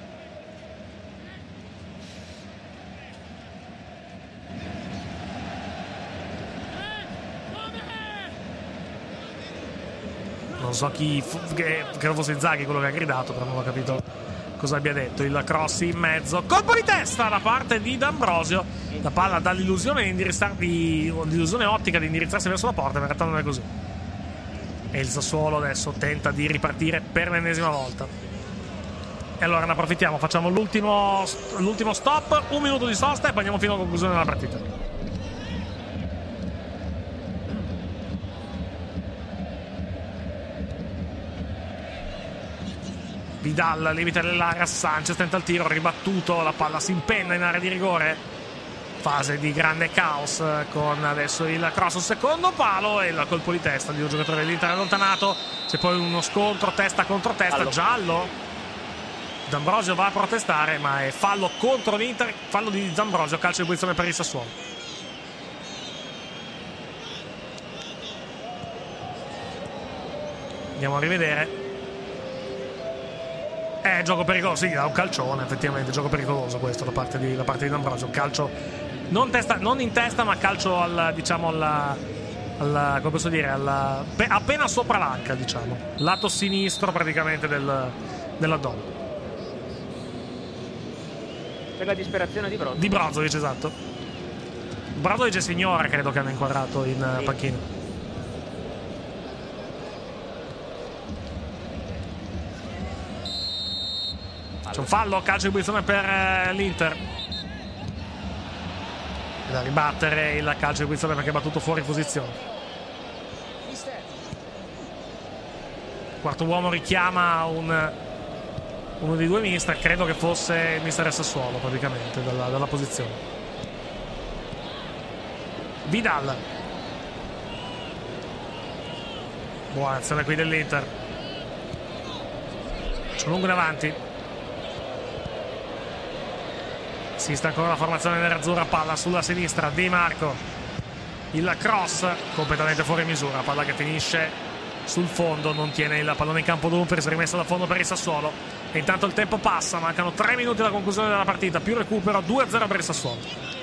Non so chi credo fosse Inzaghi quello che ha gridato, però non ho capito cosa abbia detto. Il cross in mezzo, colpo di testa da parte di D'Ambrosio. La palla dà l'illusione l'illusione ottica di indirizzarsi verso la porta, ma in realtà non è così. E il Sassuolo adesso tenta di ripartire per l'ennesima volta. E allora ne approfittiamo, facciamo l'ultimo stop, un minuto di sosta e poi andiamo fino alla conclusione della partita. Vidal, limite dell'area, Sanchez tenta il tiro, ribattuto, la palla si impenna in area di rigore. Fase di grande caos con adesso il cross sul secondo palo e il colpo di testa di un giocatore dell'Inter allontanato. C'è poi uno scontro testa contro testa, giallo. D'Ambrosio va a protestare, ma è fallo contro l'Inter, fallo di D'Ambrosio, calcio di punizione per il Sassuolo. Andiamo a rivedere. Gioco pericoloso, sì, da un calcione, effettivamente, gioco pericoloso questo da parte di D'Ambrosio. Un calcio non in testa, ma calcio come posso dire, appena sopra l'anca, diciamo, lato sinistro praticamente dell'addome. Per la disperazione di Brozovic. Di Brozovic, esatto. Brozovic e Signora credo che hanno inquadrato in panchina. C'è un fallo, calcio di punizione per l'Inter. da ribattere il calcio di punizione perché è battuto fuori posizione. Quarto uomo richiama uno dei due mister, credo che fosse il mister Sassuolo praticamente dalla posizione. Vidal, buona azione qui dell'Inter, c'è lungo in avanti, si sta ancora la formazione nerazzurra, palla sulla sinistra, Di Marco, il cross completamente fuori misura, palla che finisce sul fondo, non tiene il pallone in campo Dumfries, rimessa da fondo per il Sassuolo. E intanto il tempo passa, mancano 3 minuti alla conclusione della partita, più recupero, 2-0 per il Sassuolo.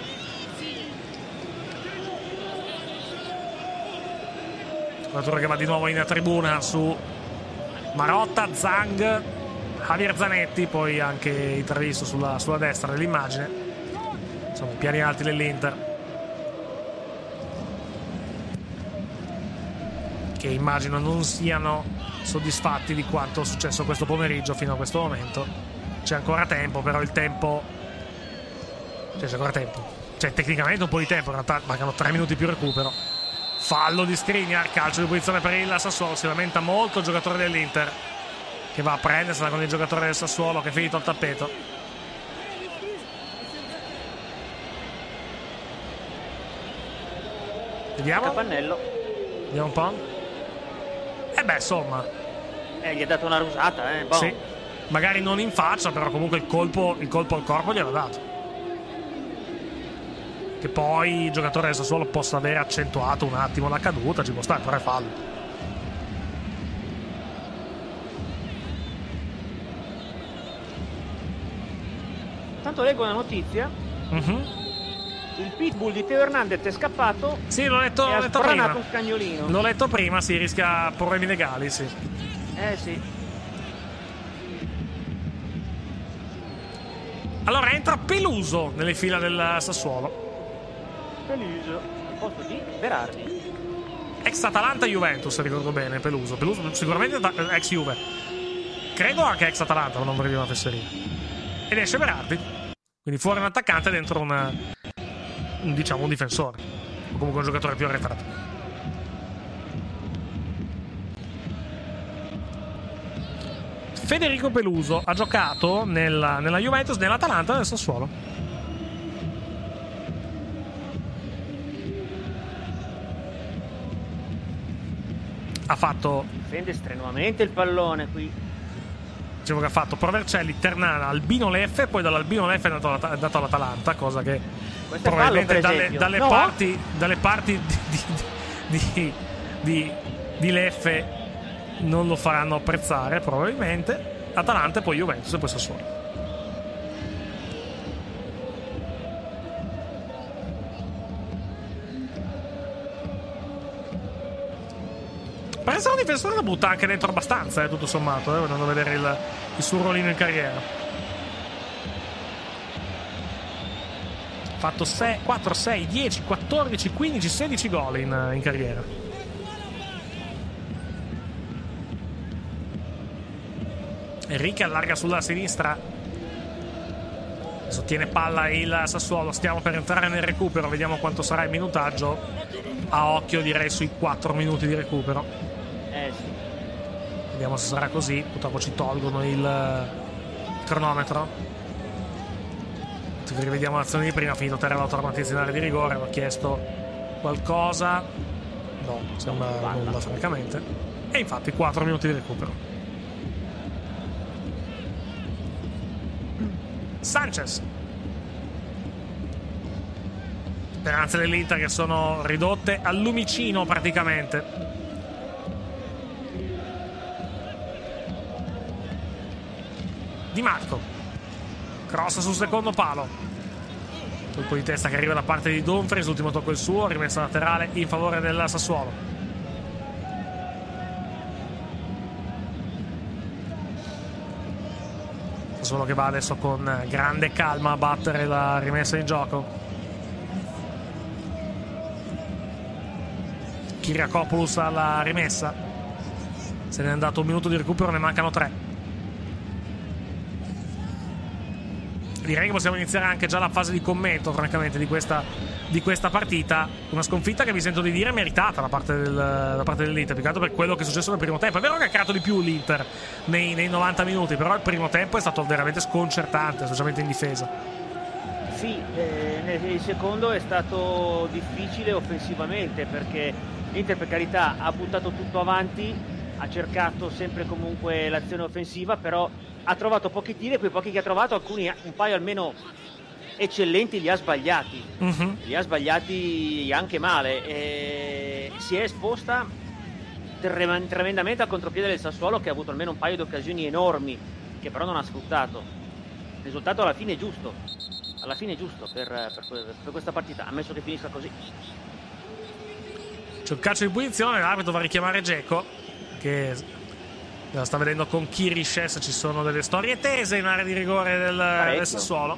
Giocatore che va di nuovo in tribuna su Marotta, Zhang, Javier Zanetti, poi anche intervisto sulla destra dell'immagine. Insomma, i piani alti dell'Inter, che immagino non siano soddisfatti di quanto è successo questo pomeriggio fino a questo momento. C'è ancora tempo, però il tempo, c'è ancora tempo, tecnicamente un po' di tempo, in realtà mancano 3 minuti più recupero. Fallo di Skriniar, calcio di punizione per il Sassuolo, si lamenta molto il giocatore dell'Inter che va a prendersela con il giocatore del Sassuolo che è finito al tappeto. Vediamo. Capannello. Vediamo un po'. Insomma, gli ha dato una rusata, boh. Sì, magari non in faccia, però comunque il colpo al corpo gliel'ha dato. Che poi il giocatore del Sassuolo possa aver accentuato un attimo la caduta, ci può stare, però è fallo. Tanto leggo una notizia. Il pitbull di Teo Hernandez è scappato. Sì, l'ho letto e ha prima. spranato un cagnolino. L'ho letto prima, sì, rischia problemi legali, sì. Sì. Allora entra Peluso nelle fila del Sassuolo. Peluso, al posto di Berardi. Ex Atalanta Juventus, se ricordo bene, Peluso sicuramente ex Juve. Credo anche ex Atalanta, non vorrei dire una fesseria. Ed esce Berardi. Quindi fuori un attaccante, dentro un difensore, o comunque un giocatore più arretrato. Federico Peluso ha giocato nella Juventus, nell'Atalanta e nel Sassuolo. Ha fatto, difende strenuamente il pallone qui. Dicevo che ha fatto Provercelli, Ternana, Albino Leffe, poi dall'Albino Leffe è andato all'Atalanta, cosa che questo probabilmente fallo, dalle parti di Leffe non lo faranno apprezzare, probabilmente. Atalanta e poi Juventus e poi Sassuolo. Per essere un difensore la butta anche dentro abbastanza, tutto sommato, vedendo vedere il suo ruolino in carriera. Fatto 4, 6, 10, 14, 15, 16 gol in carriera. Enrique allarga sulla sinistra, sottiene palla il Sassuolo. Stiamo per entrare nel recupero, vediamo quanto sarà il minutaggio. A occhio direi sui 4 minuti di recupero. Sì. Vediamo se sarà così. Purtroppo ci tolgono il cronometro. Rivediamo l'azione di prima. Finito terra l'automatizionale di rigore. Ho chiesto qualcosa, no, sembra nulla francamente. E infatti 4 minuti di recupero. Sanchez. Speranze dell'Inter che sono ridotte al lumicino praticamente. Di Marco, cross sul secondo palo, colpo di testa che arriva da parte di Dumfries, l'ultimo tocco è il suo, rimessa laterale in favore del Sassuolo. Sassuolo che va adesso con grande calma a battere la rimessa in gioco. Kyriakopoulos alla rimessa, se ne è andato un minuto di recupero, ne mancano 3. direi che possiamo iniziare anche già la fase di commento, francamente, di questa partita. Una sconfitta che mi sento di dire meritata da parte dell'Inter, più che altro per quello che è successo nel primo tempo. È vero che ha creato di più l'Inter nei 90 minuti, però il primo tempo è stato veramente sconcertante, specialmente in difesa. Sì, nel secondo è stato difficile offensivamente, perché l'Inter, per carità, ha buttato tutto avanti, ha cercato sempre comunque l'azione offensiva, però ha trovato pochi tiri, e quei pochi che ha trovato, alcuni, un paio almeno eccellenti, li ha sbagliati. Li ha sbagliati anche male, e si è esposta tremendamente al contropiede del Sassuolo, che ha avuto almeno un paio di occasioni enormi che però non ha sfruttato. Il risultato alla fine è giusto per questa partita, ammesso che finisca così. C'è un calcio di punizione, l'arbitro va a richiamare Dzeko, che la sta vedendo con Kirishes. Ci sono delle storie tese in area di rigore del Sassuolo.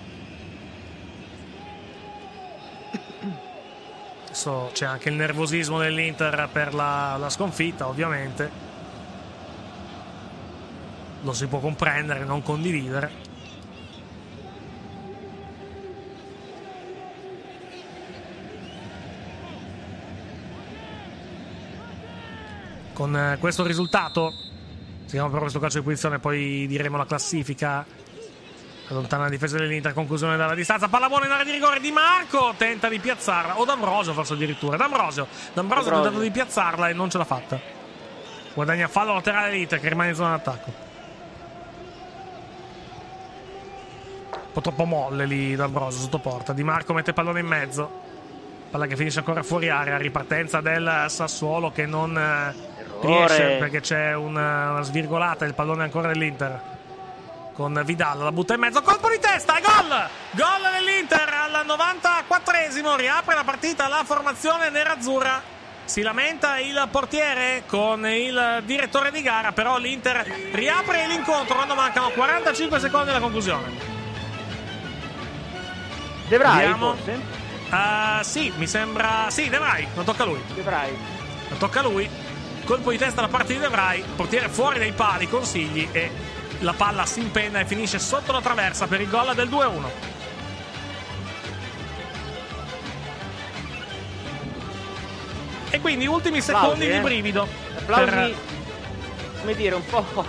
Adesso c'è anche il nervosismo dell'Inter per la sconfitta, ovviamente. Lo si può comprendere, non condividere. Con questo risultato seguiamo per questo calcio di punizione, poi diremo la classifica. Allontana la difesa dell'Inter, conclusione dalla distanza, palla buona in area di rigore. Di Marco tenta di piazzarla, o D'Ambrosio forse addirittura. D'Ambrosio ha tentato di piazzarla e non ce l'ha fatta. Guadagna fallo laterale dell'Inter, che rimane in zona d'attacco. Un po' troppo molle lì D'Ambrosio sotto porta. Di Marco mette il pallone in mezzo, palla che finisce ancora fuori area. Ripartenza del Sassuolo che non riesce, perché c'è una svirgolata. Il pallone ancora dell'Inter con Vidal, la butta in mezzo, colpo di testa e gol dell'Inter al 94esimo. Riapre la partita la formazione nerazzurra. Si lamenta il portiere con il direttore di gara, però l'Inter riapre l'incontro quando mancano 45 secondi alla conclusione. De Vrij forse? Sì, mi sembra. Sì, De Vrij, non tocca a lui. Non tocca a lui. Colpo di testa da parte di De Vrij, portiere fuori dai pali, consigli, e la palla si impenna e finisce sotto la traversa per il gol del 2-1. E quindi ultimi secondi di brivido. Applausi, come dire, un po'.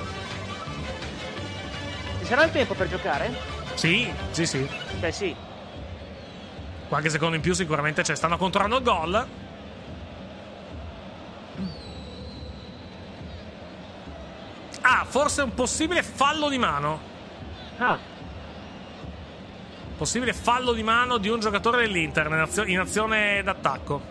Ci sarà il tempo per giocare? Sì. Beh, sì. Qualche secondo in più sicuramente c'è. Stanno controllando il gol. Forse un possibile fallo di mano. Possibile fallo di mano di un giocatore dell'Inter in azione d'attacco.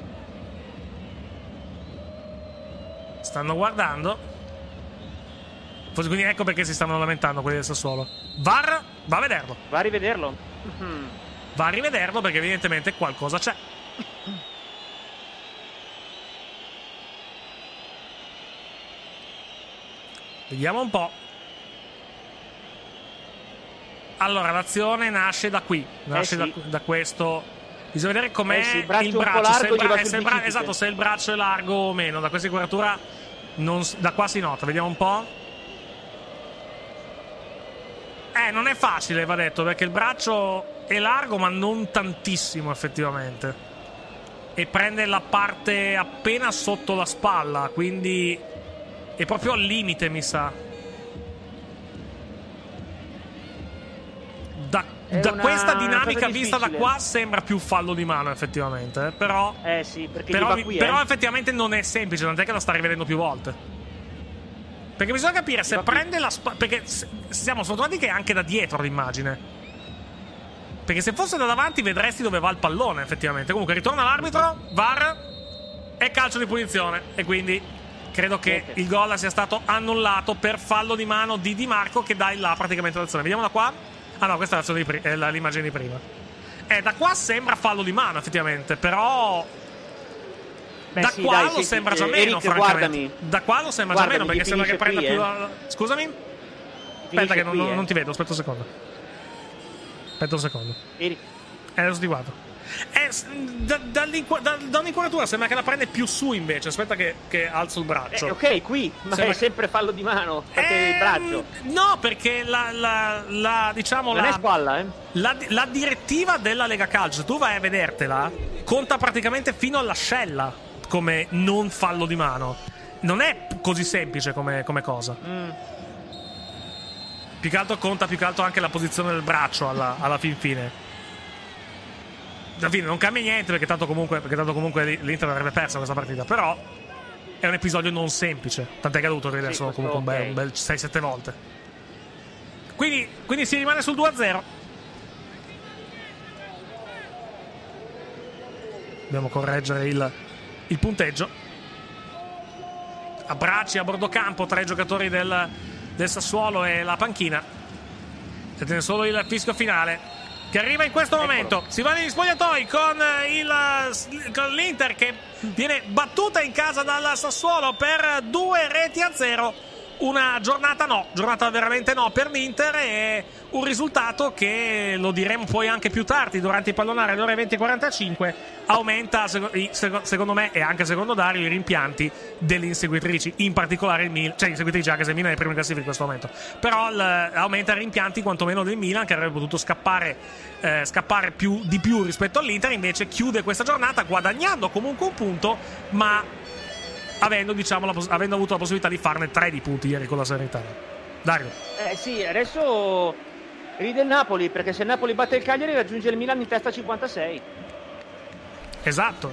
Stanno guardando. Forse, quindi ecco perché si stanno lamentando quelli del Sassuolo. VAR va a vederlo. Va a rivederlo. Va a rivederlo perché evidentemente qualcosa c'è. Vediamo un po'. Allora, l'azione nasce da qui. Nasce da questo. Bisogna vedere com'è il braccio. Esatto, se il braccio è largo o meno. Da questa inquadratura da qua si nota. Vediamo un po'. Non è facile, va detto, perché il braccio è largo, ma non tantissimo effettivamente. E prende la parte appena sotto la spalla, quindi è proprio al limite, mi sa. Da questa dinamica vista da qua sembra più fallo di mano effettivamente, però sì, perché però effettivamente non è semplice, tant'è che la sta rivedendo più volte. Perché bisogna capire se prende la perché siamo sfortunati che è anche da dietro l'immagine. Perché se fosse da davanti vedresti dove va il pallone effettivamente. Comunque ritorna l'arbitro, VAR e calcio di punizione, e quindi credo che il gol sia stato annullato per fallo di mano di Di Marco, che dà in là praticamente l'azione. Vediamo da qua. Ah no, questa è l'immagine di prima. Da qua sembra fallo di mano effettivamente, però lo sembra già meno, Eric, francamente. Guardami. Da qua lo sembra già meno, perché sembra che prenda più Scusami? Aspetta che non ti vedo, aspetta un secondo. Aspetta un secondo. Eric. Adesso ti guardo. Da un'inquadratura sembra che la prende più su invece. Aspetta che alzo il braccio. Ok, qui, ma è sempre fallo di mano. Perché il braccio. No, perché diciamo non è squalla, la direttiva della Lega Calcio, tu vai a vedertela, conta praticamente fino all'ascella come non fallo di mano. Non è così semplice come cosa. Più che altro conta anche la posizione del braccio alla fine. Alla fine non cambia niente perché tanto comunque l'Inter avrebbe perso questa partita, però è un episodio non semplice, tant'è che ha dovuto vederselo comunque un bel 6-7 volte. Quindi si rimane sul 2-0. Dobbiamo correggere il punteggio. Abbracci a bordo campo tra i giocatori del Sassuolo e la panchina. Si tiene solo il fischio finale che arriva in questo momento. Si va negli spogliatoi con l'Inter che viene battuta in casa dal Sassuolo per 2-0. Una giornata veramente no per l'Inter, e un risultato che, lo diremo poi anche più tardi durante i pallonari alle ore 20:45, aumenta secondo me e anche secondo Dario i rimpianti delle inseguitrici, in particolare il Milan, cioè inseguitrici anche se il Milan è primo in classifica in questo momento, però aumenta i rimpianti quantomeno del Milan, che avrebbe potuto scappare di più rispetto all'Inter. Invece chiude questa giornata guadagnando comunque un punto, ma avendo avuto la possibilità di farne 3 di punti ieri con la Salernitana. Dario. Sì, adesso ride il Napoli, perché se il Napoli batte il Cagliari raggiunge il Milan in testa a 56. Esatto.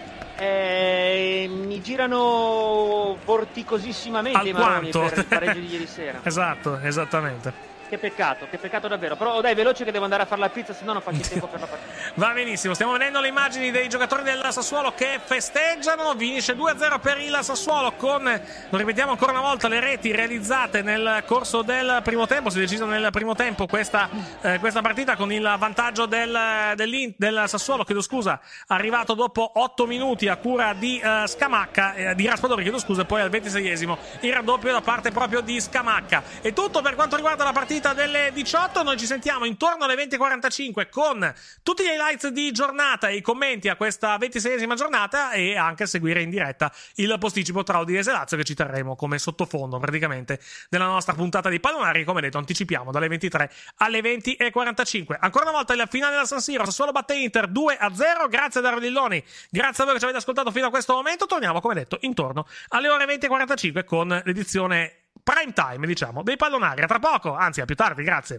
Mi girano vorticosissimamente i maroni per il pareggio di ieri sera. Esatto, esattamente. Che peccato davvero. Però dai, veloce che devo andare a fare la pizza, se no non faccio il tempo per la partita. Va benissimo, stiamo vedendo le immagini dei giocatori del Sassuolo che festeggiano. Finisce 2-0 per il Sassuolo con, lo ripetiamo ancora una volta, le reti realizzate nel corso del primo tempo. Si è deciso nel primo tempo questa partita con il vantaggio del Sassuolo, arrivato dopo 8 minuti a cura di Scamacca, di Raspadori, e poi al 26esimo il raddoppio da parte proprio di Scamacca. È tutto per quanto riguarda la partita delle 18. Noi ci sentiamo intorno alle 20:45 con tutti gli highlights di giornata e i commenti a questa 26esima giornata, e anche seguire in diretta il posticipo tra Udinese e Lazio, che ci terremo come sottofondo praticamente della nostra puntata di Pallonari. Come detto, anticipiamo dalle 23 alle 20:45. Ancora una volta il finale della San Siro, Sassuolo batte Inter 2-0. Grazie a Dario Dilloni, grazie a voi che ci avete ascoltato fino a questo momento. Torniamo, come detto, intorno alle ore 20:45 con l'edizione prime time, diciamo, dei Pallonari. A tra poco, anzi a più tardi, grazie.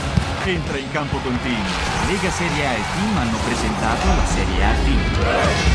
Entra in campo con Team. Lega Serie A e Team hanno presentato la Serie A Team.